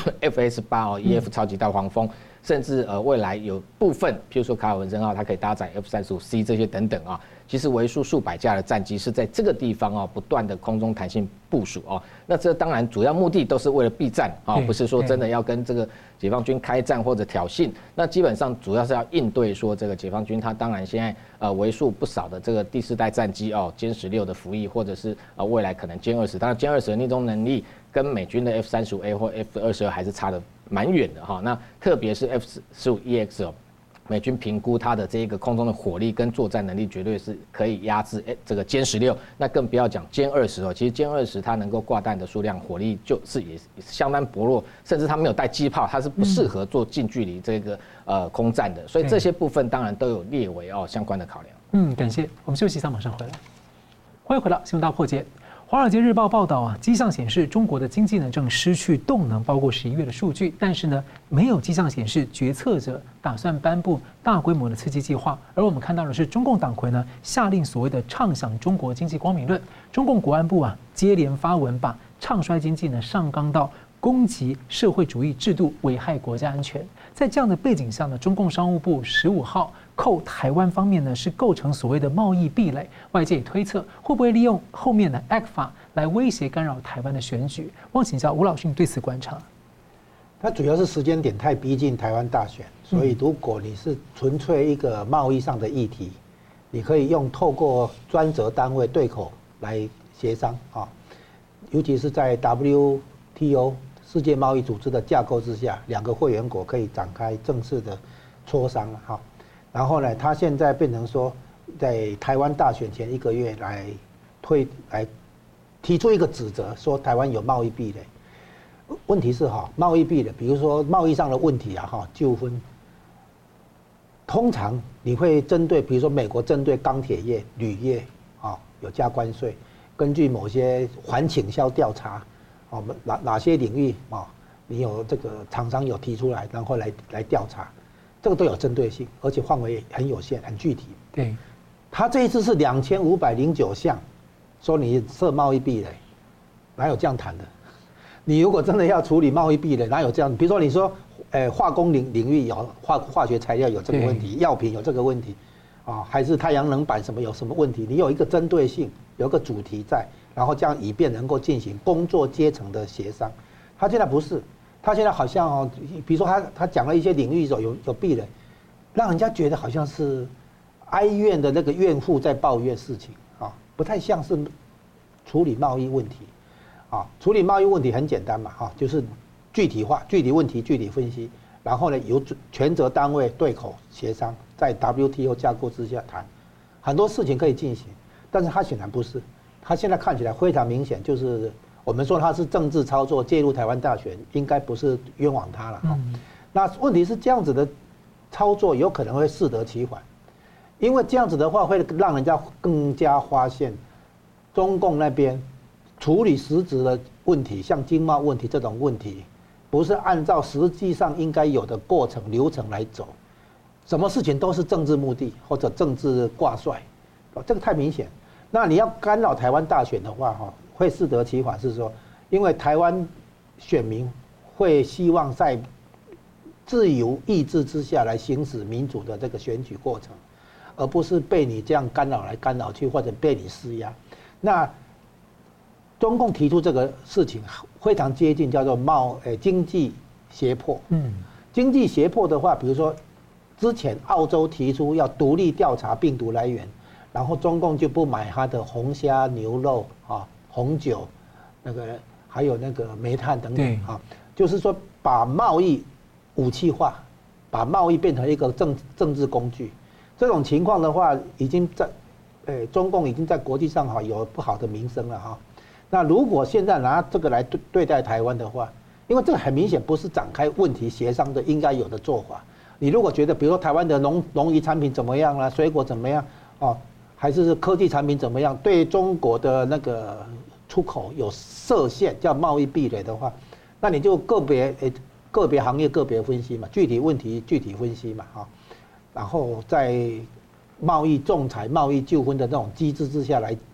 F S 八哦 ，E F 超级大黄蜂，甚至呃未来有部分，譬如说卡尔文森号，它可以搭载 F 三十五 C 这些等等啊。其实为数数百架的战机是在这个地方哦，不断的空中弹性部署哦。那这当然主要目的都是为了避战啊，不是说真的要跟这个解放军开战或者挑衅。那基本上主要是要应对说这个解放军，它当然现在呃为数不少的这个第四代战机哦，歼十六的服役，或者是呃未来可能歼二十，当然歼二十的逆中能力跟美军的 F 三十五 A 或 F 二十二还是差的蛮远的哈。那特别是 F 十五 E X 哦。美军评估它的这个空中的火力跟作战能力，绝对是可以压制哎这个歼十六，那更不要讲歼二十哦。其实歼二十它能够挂弹的数量、火力就是也相当薄弱，甚至它没有带机炮，它是不适合做近距离这个呃空战的。所以这些部分当然都有列为哦相关的考量。
嗯，感谢。我们休息一下，马上回来。欢迎回到新闻大破解。华尔街日报报道啊，迹象显示中国的经济呢正失去动能，包括十一月的数据，但是呢没有迹象显示决策者打算颁布大规模的刺激计划。而我们看到的是中共党魁呢下令所谓的畅想中国经济光明论，中共国安部啊接连发文把唱衰经济呢上纲到攻击社会主义制度，危害国家安全。在这样的背景下呢，中共商务部十五号扣台湾方面呢是构成所谓的贸易壁垒，外界也推测会不会利用后面的 A C F A 来威胁干扰台湾的选举。望请教吴老师你对此观察。
它主要是时间点太逼近台湾大选，所以如果你是纯粹一个贸易上的议题，你可以用透过专责单位对口来协商啊，尤其是在 W T O 世界贸易组织的架构之下，两个会员国可以展开正式的磋商哈。然后呢，他现在变成说，在台湾大选前一个月来推来提出一个指责，说台湾有贸易壁垒。问题是哈，贸易壁垒，比如说贸易上的问题啊哈，纠纷，通常你会针对，比如说美国针对钢铁业、铝业啊有加关税，根据某些环倾销调查。哦，哪哪些领域啊？你有这个厂商有提出来，然后来来调查，这个都有针对性，而且范围很有限、很具体。
对，
他这一次是两千五百零九项，说你设贸易壁垒，哪有这样谈的？你如果真的要处理贸易壁垒，哪有这样？比如说你说，呃，化工领领域有化化学材料有这个问题，药品有这个问题，啊，还是太阳能板什么有什么问题？你有一个针对性，有一个主题在。然后这样以便能够进行工作阶层的协商，他现在不是，他现在好像哦，比如说他他讲了一些领域有有有壁垒，让人家觉得好像是哀怨的那个怨妇在抱怨事情啊，不太像是处理贸易问题啊。处理贸易问题很简单嘛哈，就是具体化、具体问题具体分析，然后呢由权责单位对口协商，在 W T O 架构之下谈，很多事情可以进行，但是他显然不是。他现在看起来非常明显，就是我们说他是政治操作介入台湾大选，应该不是冤枉他了。嗯、那问题是这样子的操作有可能会适得其反，因为这样子的话会让人家更加发现，中共那边处理实质的问题，像经贸问题这种问题，不是按照实际上应该有的过程流程来走，什么事情都是政治目的或者政治挂帅，这个太明显。那你要干扰台湾大选的话，哈，会适得其反，是说，因为台湾选民会希望在自由意志之下来行使民主的这个选举过程，而不是被你这样干扰来干扰去，或者被你施压。那中共提出这个事情非常接近叫做贸呃经济胁迫。嗯，经济胁迫的话，比如说之前澳洲提出要独立调查病毒来源。然后中共就不买它的红虾、牛肉啊、红酒，那个还有那个煤炭等等啊，就是说把贸易武器化，把贸易变成一个政政治工具。这种情况的话，已经在，呃，中共已经在国际上哈有不好的名声了哈。那如果现在拿这个来对对待台湾的话，因为这个很明显不是展开问题协商的应该有的做法。你如果觉得，比如说台湾的农农渔产品怎么样啦，水果怎么样哦？还是科技产品怎么样？对中国的那个出口有设限，叫贸易壁垒的话，那你就个别诶个别行业个别分析嘛，具体问题具体分析嘛，哈，然后在贸易仲裁、贸易纠纷的那种机制之下来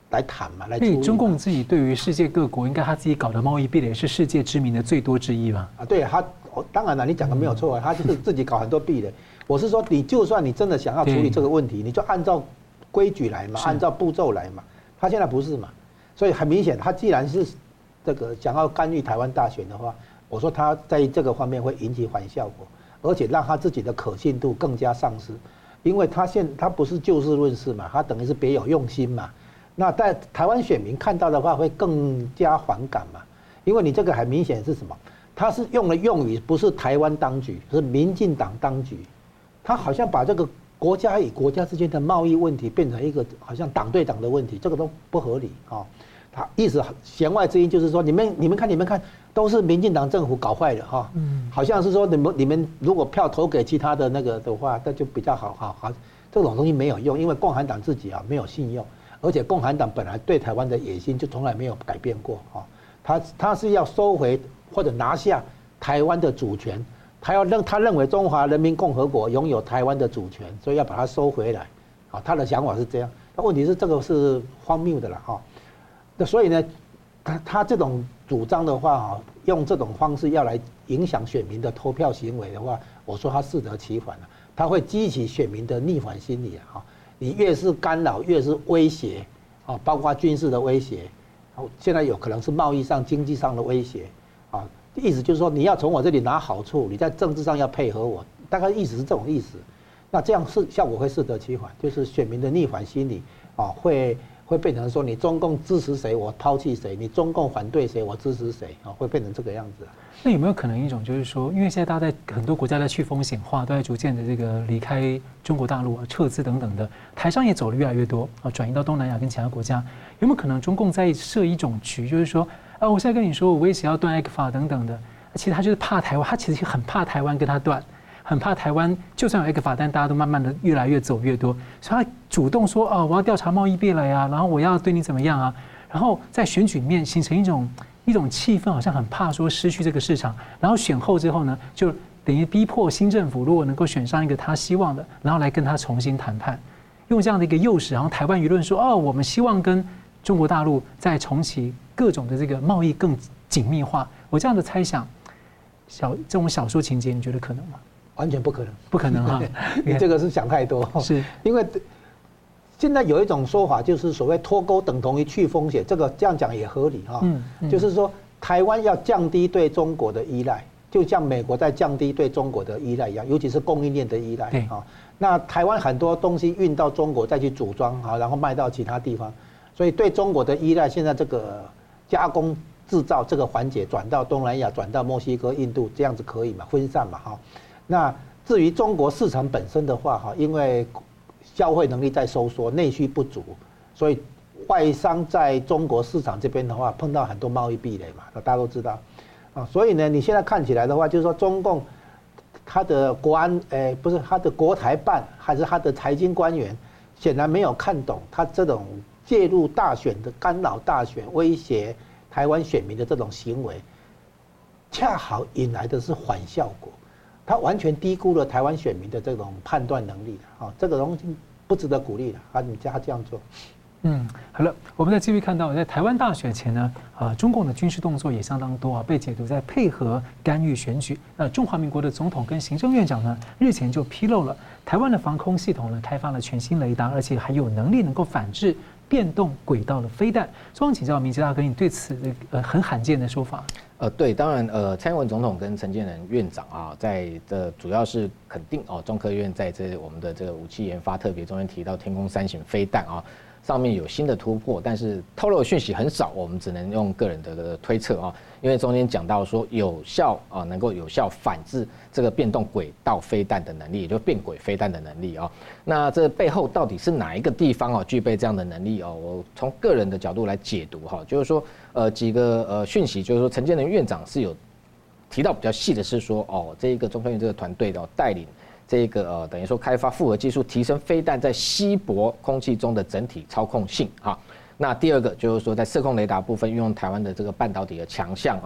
来谈嘛，来处理嘛。
所以中共自己对于世界各国，应该他自己搞的贸易壁垒是世界知名的最多之一吧？
啊，对他，当然了，你讲的没有错啊，他就是自己搞很多壁垒。我是说，你就算你真的想要处理这个问题，你就按照规矩来嘛，按照步骤来嘛。他现在不是嘛，所以很明显，他既然是这个想要干预台湾大选的话，我说他在这个方面会引起反效果，而且让他自己的可信度更加丧失，因为他现他不是就事论事嘛，他等于是别有用心嘛。那在台湾选民看到的话，会更加反感嘛，因为你这个很明显是什么？他是用的用语不是台湾当局，是民进党当局，他好像把这个国家与国家之间的贸易问题变成一个好像党对党的问题，这个都不合理啊。他意思弦外之音就是说，你们你们看你们看，都是民进党政府搞坏的哈，嗯，好像是说你们你们如果票投给其他的那个的话，那就比较好好好，这种东西没有用，因为共产党自己啊没有信用，而且共产党本来对台湾的野心就从来没有改变过啊，他他是要收回或者拿下台湾的主权，他要认他认为中华人民共和国拥有台湾的主权，所以要把它收回来，啊，他的想法是这样，那问题是这个是荒谬的了哈。那所以呢，他他这种主张的话哈，用这种方式要来影响选民的投票行为的话，我说他适得其反了，他会激起选民的逆反心理啊！你越是干扰，越是威胁啊，包括军事的威胁，现在有可能是贸易上、经济上的威胁啊。意思就是说，你要从我这里拿好处，你在政治上要配合我，大概意思是这种意思。那这样是效果会适得其反，就是选民的逆反心理啊，会。会变成说你中共支持谁，我抛弃谁；你中共反对谁，我支持谁啊，会变成这个样子。
那有没有可能一种就是说，因为现在大家在很多国家在去风险化，都在逐渐的这个离开中国大陆啊、撤资等等的，台商也走的越来越多啊，转移到东南亚跟其他国家，有没有可能中共在设一种局，就是说啊，我现在跟你说，我威胁要断 E C F A 等等的，其实他就是怕台湾，他其实很怕台湾跟他断。很怕台湾，就算有 E C F A， 但大家都慢慢的越来越走越多，所以他主动说哦，我要调查贸易壁垒啊，然后我要对你怎么样啊，然后在选举里面形成一种一种气氛，好像很怕说失去这个市场，然后选后之后呢，就等于逼迫新政府如果能够选上一个他希望的，然后来跟他重新谈判，用这样的一个诱使，然后台湾舆论说哦，我们希望跟中国大陆再重启各种的这个贸易更紧密化，我这样的猜想，小这种小说情节，你觉得可能吗？
完全不可能，
不可能啊！
你这个是想太多。
是
因为现在有一种说法，就是所谓脱钩等同于去风险，这个这样讲也合理哈。嗯，嗯就是说台湾要降低对中国的依赖，就像美国在降低对中国的依赖一样，尤其是供应链的依赖啊。那台湾很多东西运到中国再去组装啊，然后卖到其他地方，所以对中国的依赖，现在这个加工制造这个环节转到东南亚、转到墨西哥、印度，这样子可以嘛？分散嘛哈。那至于中国市场本身的话，哈，因为消费能力在收缩，内需不足，所以外商在中国市场这边的话，碰到很多贸易壁垒嘛，大家都知道，啊，所以呢，你现在看起来的话，就是说中共他的国安，诶，不是他的国台办，还是他的财经官员，显然没有看懂他这种介入大选的干扰大选、威胁台湾选民的这种行为，恰好引来的是反效果。他完全低估了台湾选民的这种判断能力了啊，这个东西不值得鼓励的啊！你叫他这样做。
嗯，好了，我们在继续看到，在台湾大选前呢，啊，中共的军事动作也相当多啊，被解读在配合干预选举。那中华民国的总统跟行政院长呢，日前就披露了台湾的防空系统呢，开发了全新雷达，而且还有能力能够反制变动轨道的飞弹。所以我请教明杰大哥，你对此呃很罕见的说法？
呃，对，当然，呃，蔡英文总统跟陈建仁院长啊，在这主要是肯定哦，中科院在这我们的这个武器研发特别中间提到天空三型飞弹啊，上面有新的突破，但是透露的讯息很少，我们只能用个人的推测啊，因为中间讲到说有效啊，能够有效反制这个变动轨道飞弹的能力，也就是变轨飞弹的能力啊。那这背后到底是哪一个地方啊具备这样的能力哦？我从个人的角度来解读哈，就是说。呃，几个呃讯息，就是说陈建仁院长是有提到比较细的是说，哦，这一个中科院这个团队的带领这个呃，等于说开发复合技术，提升飞弹在稀薄空气中的整体操控性哈。那第二个就是说，在射控雷达部分运用台湾的这个半导体的强项啊，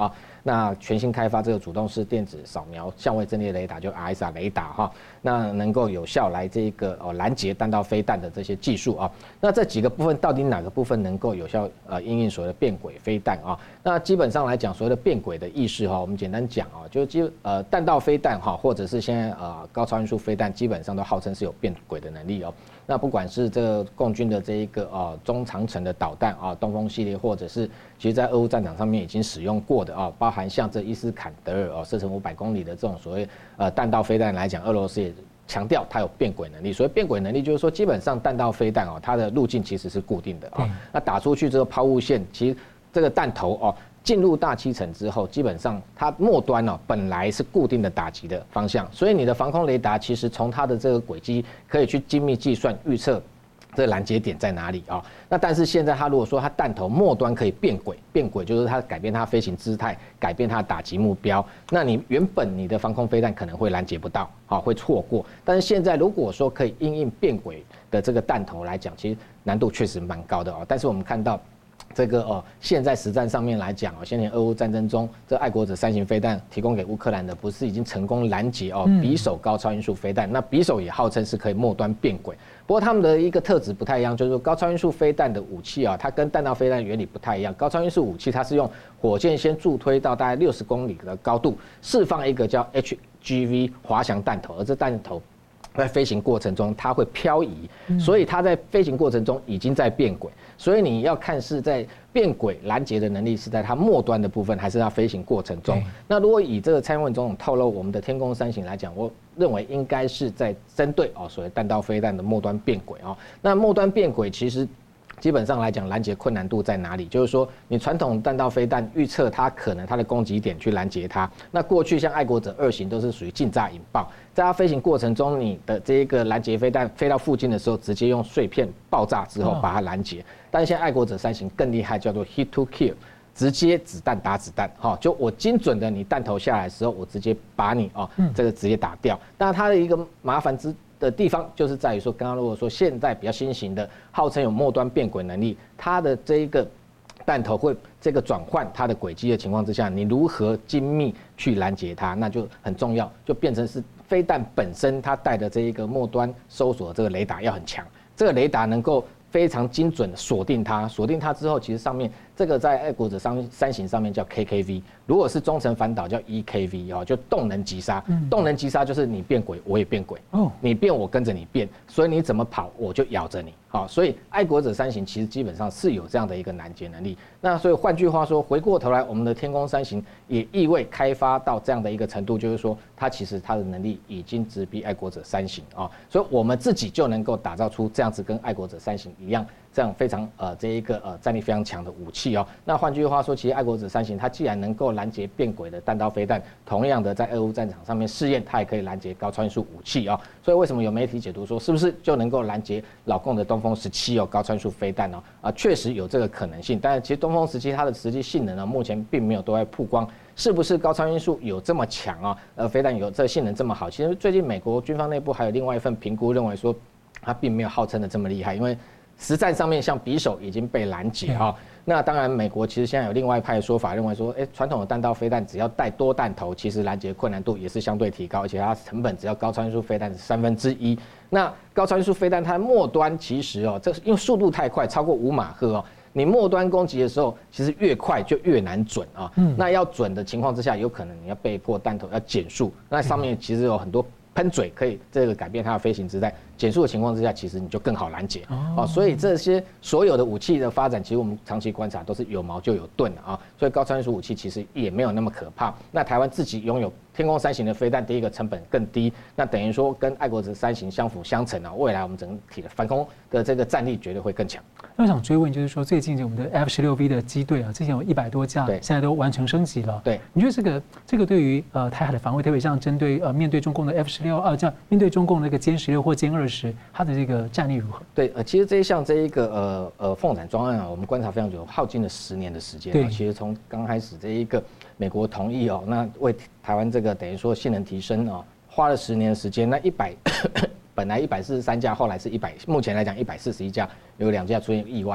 那全新开发这个主动式电子扫描相位阵列雷达，就 R S A 雷达哈，那能够有效来这个哦拦截弹道飞弹的这些技术啊。那这几个部分到底哪个部分能够有效呃因应所谓的变轨飞弹啊？那基本上来讲，所谓的变轨的意识哈，我们简单讲啊，就基呃弹道飞弹哈，或者是现在呃高超音速飞弹，基本上都号称是有变轨的能力哦。那不管是这个共军的这一个呃中长程的导弹啊，东风系列，或者是其实在俄乌战场上面已经使用过的啊，包含像这伊斯坎德尔哦，射程五百公里的这种所谓呃弹道飞弹来讲，俄罗斯也强调它有变轨能力。所谓变轨能力，就是说基本上弹道飞弹哦，它的路径其实是固定的啊。那打出去这个抛物线，其实这个弹头哦。进入大气层之后，基本上它末端哦本来是固定的打击的方向，所以你的防空雷达其实从它的这个轨迹可以去精密计算预测这个拦截点在哪里啊？那但是现在它如果说它弹头末端可以变轨，变轨就是它改变它飞行姿态，改变它的打击目标，那你原本你的防空飞弹可能会拦截不到，啊会错过。但是现在如果说可以因应变轨的这个弹头来讲，其实难度确实蛮高的哦。但是我们看到。这个哦，现在实战上面来讲哦，先前俄乌战争中，这爱国者三型飞弹提供给乌克兰的，不是已经成功拦截哦匕首高超音速飞弹？那匕首也号称是可以末端变轨，不过他们的一个特质不太一样，就是说高超音速飞弹的武器啊，它跟弹道飞弹原理不太一样。高超音速武器它是用火箭先助推到大概六十公里的高度，释放一个叫 H G V 滑翔弹头，而这弹头。在飞行过程中，它会漂移，所以它在飞行过程中已经在变轨。所以你要看是在变轨拦截的能力是在它末端的部分，还是它飞行过程中。那如果以这个蔡英文总统透露我们的天弓三型来讲，我认为应该是在针对哦所谓弹道飞弹的末端变轨哦。那末端变轨其实。基本上来讲，拦截困难度在哪里？就是说，你传统弹道飞弹预测它可能它的攻击点去拦截它。那过去像爱国者二型都是属于近炸引爆，在它飞行过程中，你的这一个拦截飞弹飞到附近的时候，直接用碎片爆炸之后把它拦截。但是现在爱国者三型更厉害，叫做 hit to kill， 直接子弹打子弹，哈，就我精准的你弹头下来的时候，我直接把你哦这个直接打掉。但它的一个麻烦之。的地方就是在于说，刚刚如果说现在比较新型的，号称有末端变轨能力，它的这一个弹头会这个转换它的轨迹的情况之下，你如何精密去拦截它，那就很重要，就变成是飞弹本身它带的这一个末端搜索这个雷达要很强，这个雷达能够非常精准的锁定它，锁定它之后，其实上面这个在爱国者三三型上面叫 K K V， 如果是中程反导叫 E K V 哦，就动能击杀。动能击杀就是你变轨，我也变轨，哦，你变我跟着你变，所以你怎么跑我就咬着你。好，所以爱国者三型其实基本上是有这样的一个拦截能力。那所以换句话说，回过头来，我们的天弓三型也意味开发到这样的一个程度，就是说它其实它的能力已经直逼爱国者三型啊，所以我们自己就能够打造出这样子跟爱国者三型一样。这样非常呃这一个呃战力非常强的武器哦。那换句话说，其实爱国者三型它既然能够拦截变轨的弹道飞弹，同样的在俄乌战场上面试验，它也可以拦截高超音速武器哦。所以为什么有媒体解读说，是不是就能够拦截老共的东风十七哦高超音速飞弹哦？啊，确实有这个可能性。但是其实东风十七它的实际性能呢，目前并没有都在曝光。是不是高超音速有这么强啊？呃，飞弹有这性能这么好？其实最近美国军方内部还有另外一份评估，认为说它并没有号称的这么厉害，因为实战上面像匕首已经被拦截啊。那当然，美国其实现在有另外一派的说法，认为说，哎，传统的弹道飞弹只要带多弹头，其实拦截困难度也是相对提高，而且它成本只要高超音速飞弹是三分之一。那高超音速飞弹它末端其实哦，这因为速度太快，超过五马赫哦。你末端攻击的时候，其实越快就越难准啊。嗯，那要准的情况之下，有可能你要被迫弹头要减速，那上面其实有很多喷嘴可以这个改变它的飞行姿态。减速的情况之下，其实你就更好拦截哦。所以这些所有的武器的发展，其实我们长期观察都是有矛就有盾的啊。所以高超音速武器其实也没有那么可怕。那台湾自己拥有天弓三型的飞弹，第一个成本更低，那等于说跟爱国者三型相辅相成啊。未来我们整体的反攻的这个战力绝对会更强。
那我想追问，就是说最近我们的 F 十六 V 的机队啊，之前有一百多架，现在都完成升级了。
对，
你觉得这个这个对于呃台海的防卫，特别像针对呃面对中共的 F 十六啊，这样面对中共那个歼十六或歼二十，它的这个战力如何？
对，呃，其实这一项这一个呃呃凤展专案啊，我们观察非常久，耗尽了十年的时间。对，其实从刚开始这一个美国同意哦，那为台湾这个等于说性能提升哦，花了十年的时间。那一百本来一百四十三架，后来是一百，目前来讲一百四十一架，有两架出现意外啊。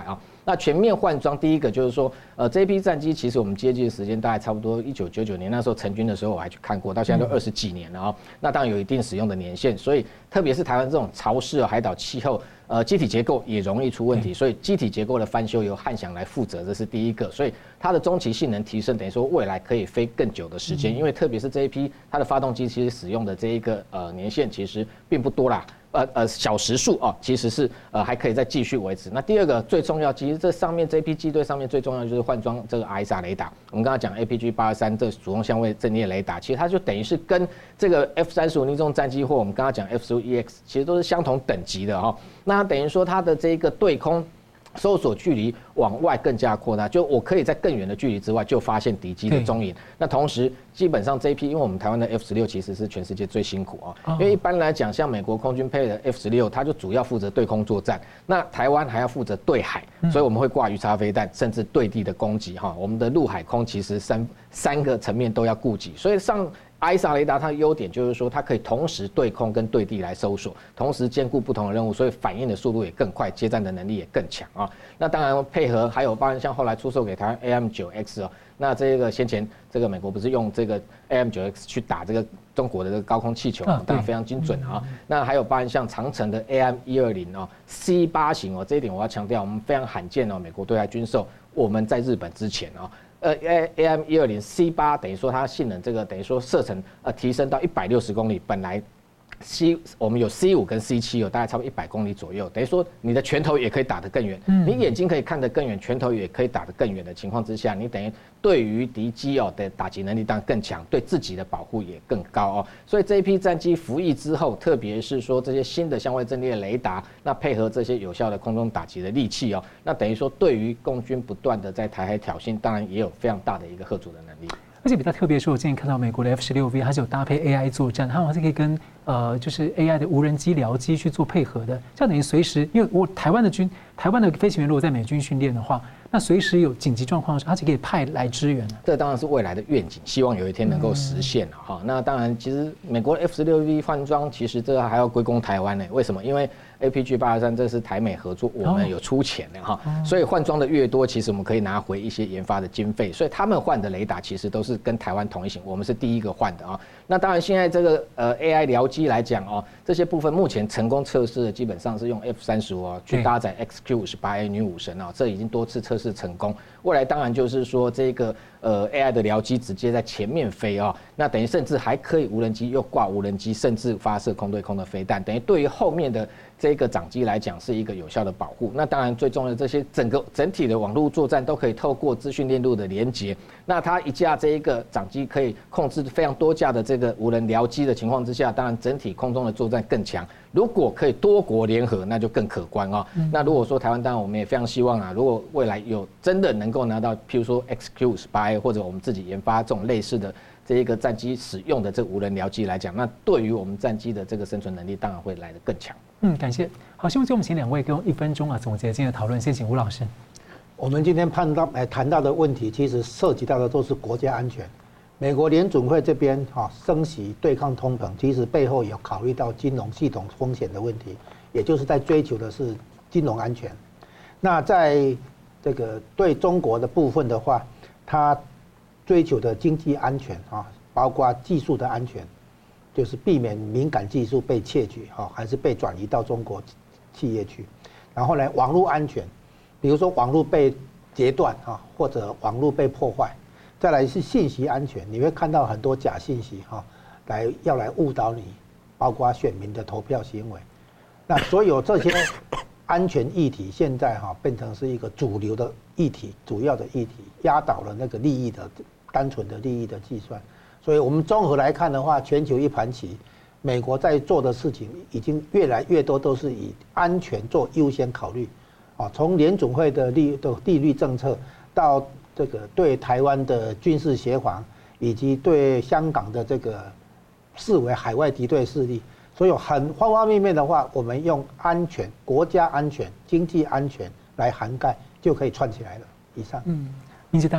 那全面换装，第一个就是说，呃，这一批战机其实我们接机的时间大概差不多一九九九年那时候成军的时候，我还去看过，到现在都二十几年了啊、哦。那当然有一定使用的年限，所以特别是台湾这种潮湿海岛气候。呃，机体结构也容易出问题，所以机体结构的翻修由汉翔来负责，这是第一个。所以它的中期性能提升，等于说未来可以飞更久的时间，因为特别是这一批它的发动机其实使用的这一个呃年限其实并不多啦。呃呃，小时数哦，其实是呃还可以再继续维持。那第二个最重要，其实这上面这批机队上面最重要的就是换装这个 I S A 雷达。我们刚刚讲 A P G 八二三这主动相位阵列雷达，其实它就等于是跟这个 F 三十五逆中战机或我们刚刚讲 F 十五 E X 其实都是相同等级的哈、哦。那它等于说它的这个对空搜索距离往外更加扩大，就我可以在更远的距离之外就发现敌机的踪影。那同时，基本上这一批，因为我们台湾的 F 十六其实是全世界最辛苦啊、哦，因为一般来讲，像美国空军配的 F 十六，它就主要负责对空作战，那台湾还要负责对海，所以我们会挂鱼叉飞弹，甚至对地的攻击哈。我们的陆海空其实三三个层面都要顾及，所以上。I S A 雷达它的优点就是说，它可以同时对空跟对地来搜索，同时兼顾不同的任务，所以反应的速度也更快，接战的能力也更强啊。那当然配合还有包含像后来出售给台湾 A M 九 X 哦，那这个先前这个美国不是用这个 A M 九 X 去打这个中国的这个高空气球，当然非常精准啊。那还有包含像长程的 A M 一二零哦 C 八型哦，这一点我要强调，我们非常罕见哦，美国对外军售，我们在日本之前哦。呃 ，A M 一二零 C 八等于说它性能这个等于说射程呃提升到一百六十公里，本来 C 我们有 C 五跟 C 七有大概差不多一百公里左右，等于说你的拳头也可以打得更远，你眼睛可以看得更远，拳头也可以打得更远的情况之下，你等于对于敌机哦的打击能力当然更强，对自己的保护也更高哦。所以这一批战机服役之后，特别是说这些新的相位阵列雷达，那配合这些有效的空中打击的利器哦，那等于说对于共军不断的在台海挑衅，当然也有非常大的一个吓阻的能力。
而且比较特别是，我之前看到美国的 F 十六 V， 它是有搭配 A I 作战，它好像是可以跟呃就是 A I 的无人机僚机去做配合的，这样等于随时，因为我台湾的军台湾的飞行员如果在美军训练的话，那随时有紧急状况的时候，它就可以派来支援了。
这当然是未来的愿景，希望有一天能够实现了哈。那当然，其实美国的 F 十六 V 换装，其实这个还要归功台湾呢。为什么？因为 A P G 八二三这是台美合作，我们有出钱的哈，所以换装的越多，其实我们可以拿回一些研发的经费。所以他们换的雷达其实都是跟台湾同一型，我们是第一个换的啊。那当然，现在这个呃 A I 僚机来讲哦，这些部分目前成功测试的基本上是用 F 三十五哦去搭载 X Q 五十八 A 女武神啊，这已经多次测试成功。未来当然就是说这个呃 A I 的僚机直接在前面飞啊、哦，那等于甚至还可以无人机又挂无人机，甚至发射空对空的飞弹，等于对于后面的这个长机来讲是一个有效的保护。那当然最重要的这些整个整体的网络作战都可以透过资讯链路的连接，那它一架这一个长机可以控制非常多架的这个无人僚机的情况之下，当然整体空中的作战更强。如果可以多国联合，那就更可观啊、哦。嗯、那如果说台湾，当然我们也非常希望啊，如果未来有真的能够拿到，譬如说 X Q 五十八 A 或者我们自己研发这种类似的这一个战机使用的这个无人僚机来讲，那对于我们战机的这个生存能力，当然会来得更强。
嗯，感谢。好，希望就我们请两位给我一分钟啊总结今天的讨论。先请吴老师。
我们今天判到哎谈到的问题，其实涉及到的都是国家安全。美国联准会这边哈升息对抗通膨，其实背后有考虑到金融系统风险的问题，也就是在追求的是金融安全。那在这个对中国的部分的话，它追求的经济安全啊，包括技术的安全，就是避免敏感技术被窃取哈，还是被转移到中国企业去。然后呢，网络安全，比如说网络被截断啊，或者网络被破坏。再来是信息安全，你会看到很多假信息哈，来要来误导你，包括选民的投票行为。那所有这些安全议题，现在哈变成是一个主流的议题，主要的议题，压倒了那个利益的单纯的利益的计算。所以我们综合来看的话，全球一盘棋，美国在做的事情已经越来越多都是以安全做优先考虑。啊，从联准会的利的利率政策到这个对台湾的军事协防，以及对香港的这个视为海外敌对势力，所以有很方方面面的话，我们用安全、国家安全、经济安全来涵盖，就可以串起来了。以上，
嗯，明杰大哥。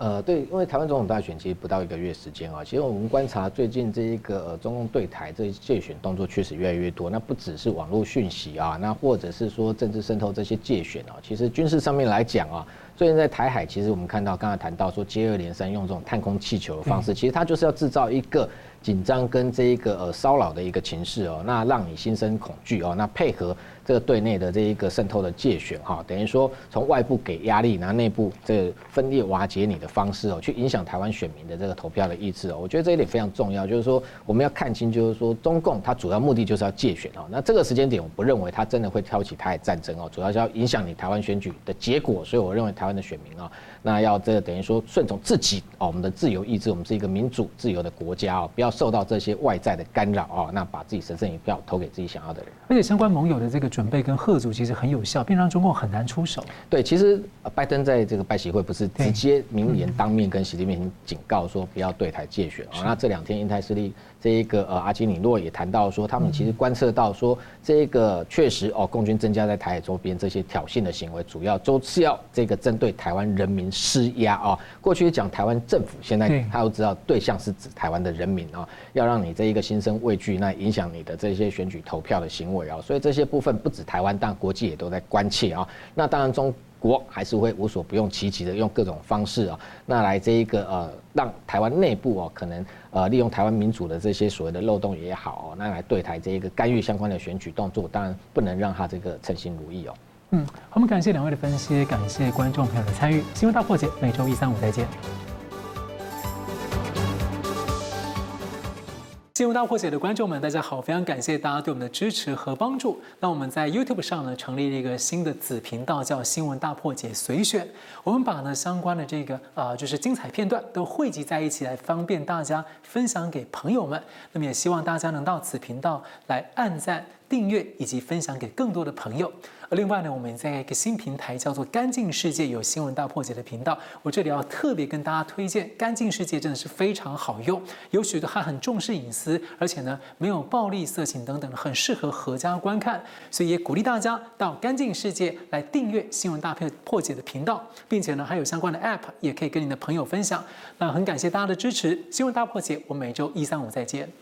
呃，对，因为台湾总统大选其实不到一个月时间啊，其实我们观察最近这一个呃中共对台这借选动作确实越来越多，那不只是网络讯息啊，那或者是说政治渗透这些借选啊，其实军事上面来讲啊，最近在台海，其实我们看到刚才谈到说接二连三用这种探空气球的方式，其实它就是要制造一个紧张跟这一个呃骚扰的一个情势哦，那让你心生恐惧哦，那配合这个对内的这一个渗透的介选哈，等于说从外部给压力，然后内部这个分裂瓦解你的方式哦，去影响台湾选民的这个投票的意志哦，我觉得这一点非常重要，就是说我们要看清，就是说中共它主要目的就是要介选哦，那这个时间点我不认为它真的会挑起台海战争哦，主要是要影响你台湾选举的结果，所以我认为台湾的选民啊，那要这个等于说顺从自己哦，我们的自由意志，我们是一个民主自由的国家哦，不要受到这些外在的干扰哦，那把自己神圣一票投给自己想要的人。
而且相关盟友的这个准备跟贺阻其实很有效，并让中共很难出手。
对，其实拜登在这个拜习会不是直接明言当面跟习近平警告说不要对台介选啊、哦。那这两天印太势力这一个呃阿基米诺也谈到说，他们其实观测到说这一个确实哦，共军增加在台海周边这些挑衅的行为，主要都是要这个针对台湾人民施压啊、哦。过去讲台湾政府，现在他都知道对象是指台湾的人民啊、哦，要让你这一个心生畏惧，那影响你的这些选举投票的行为啊、哦。所以这些部分不止台湾，但国际也都在关切啊、哦。那当然中国还是会无所不用其极的用各种方式啊、哦，那来这一个呃让台湾内部哦可能呃利用台湾民主的这些所谓的漏洞也好哦，那来对台这一个干预相关的选举动作，当然不能让他这个称心如意哦。
嗯，我们感谢两位的分析，感谢观众朋友的参与。新闻大破解每周一、三、五再见。新闻大破解的观众们，大家好！非常感谢大家对我们的支持和帮助。那我们在 YouTube 上呢，成立了一个新的子频道，叫“新闻大破解随选”。我们把呢相关的这个呃，就是精彩片段都汇集在一起，来方便大家分享给朋友们。那么也希望大家能到此频道来按赞、订阅以及分享给更多的朋友。而另外呢，我们在一个新平台叫做“干净世界”有新闻大破解的频道，我这里要特别跟大家推荐“干净世界”，真的是非常好用，有许多它很重视隐私，而且呢没有暴力、色情等等，很适合合家观看，所以也鼓励大家到“干净世界”来订阅新闻大破解的频道，并且呢还有相关的 App 也可以跟你的朋友分享。那很感谢大家的支持，新闻大破解，我们每周一、三、五再见。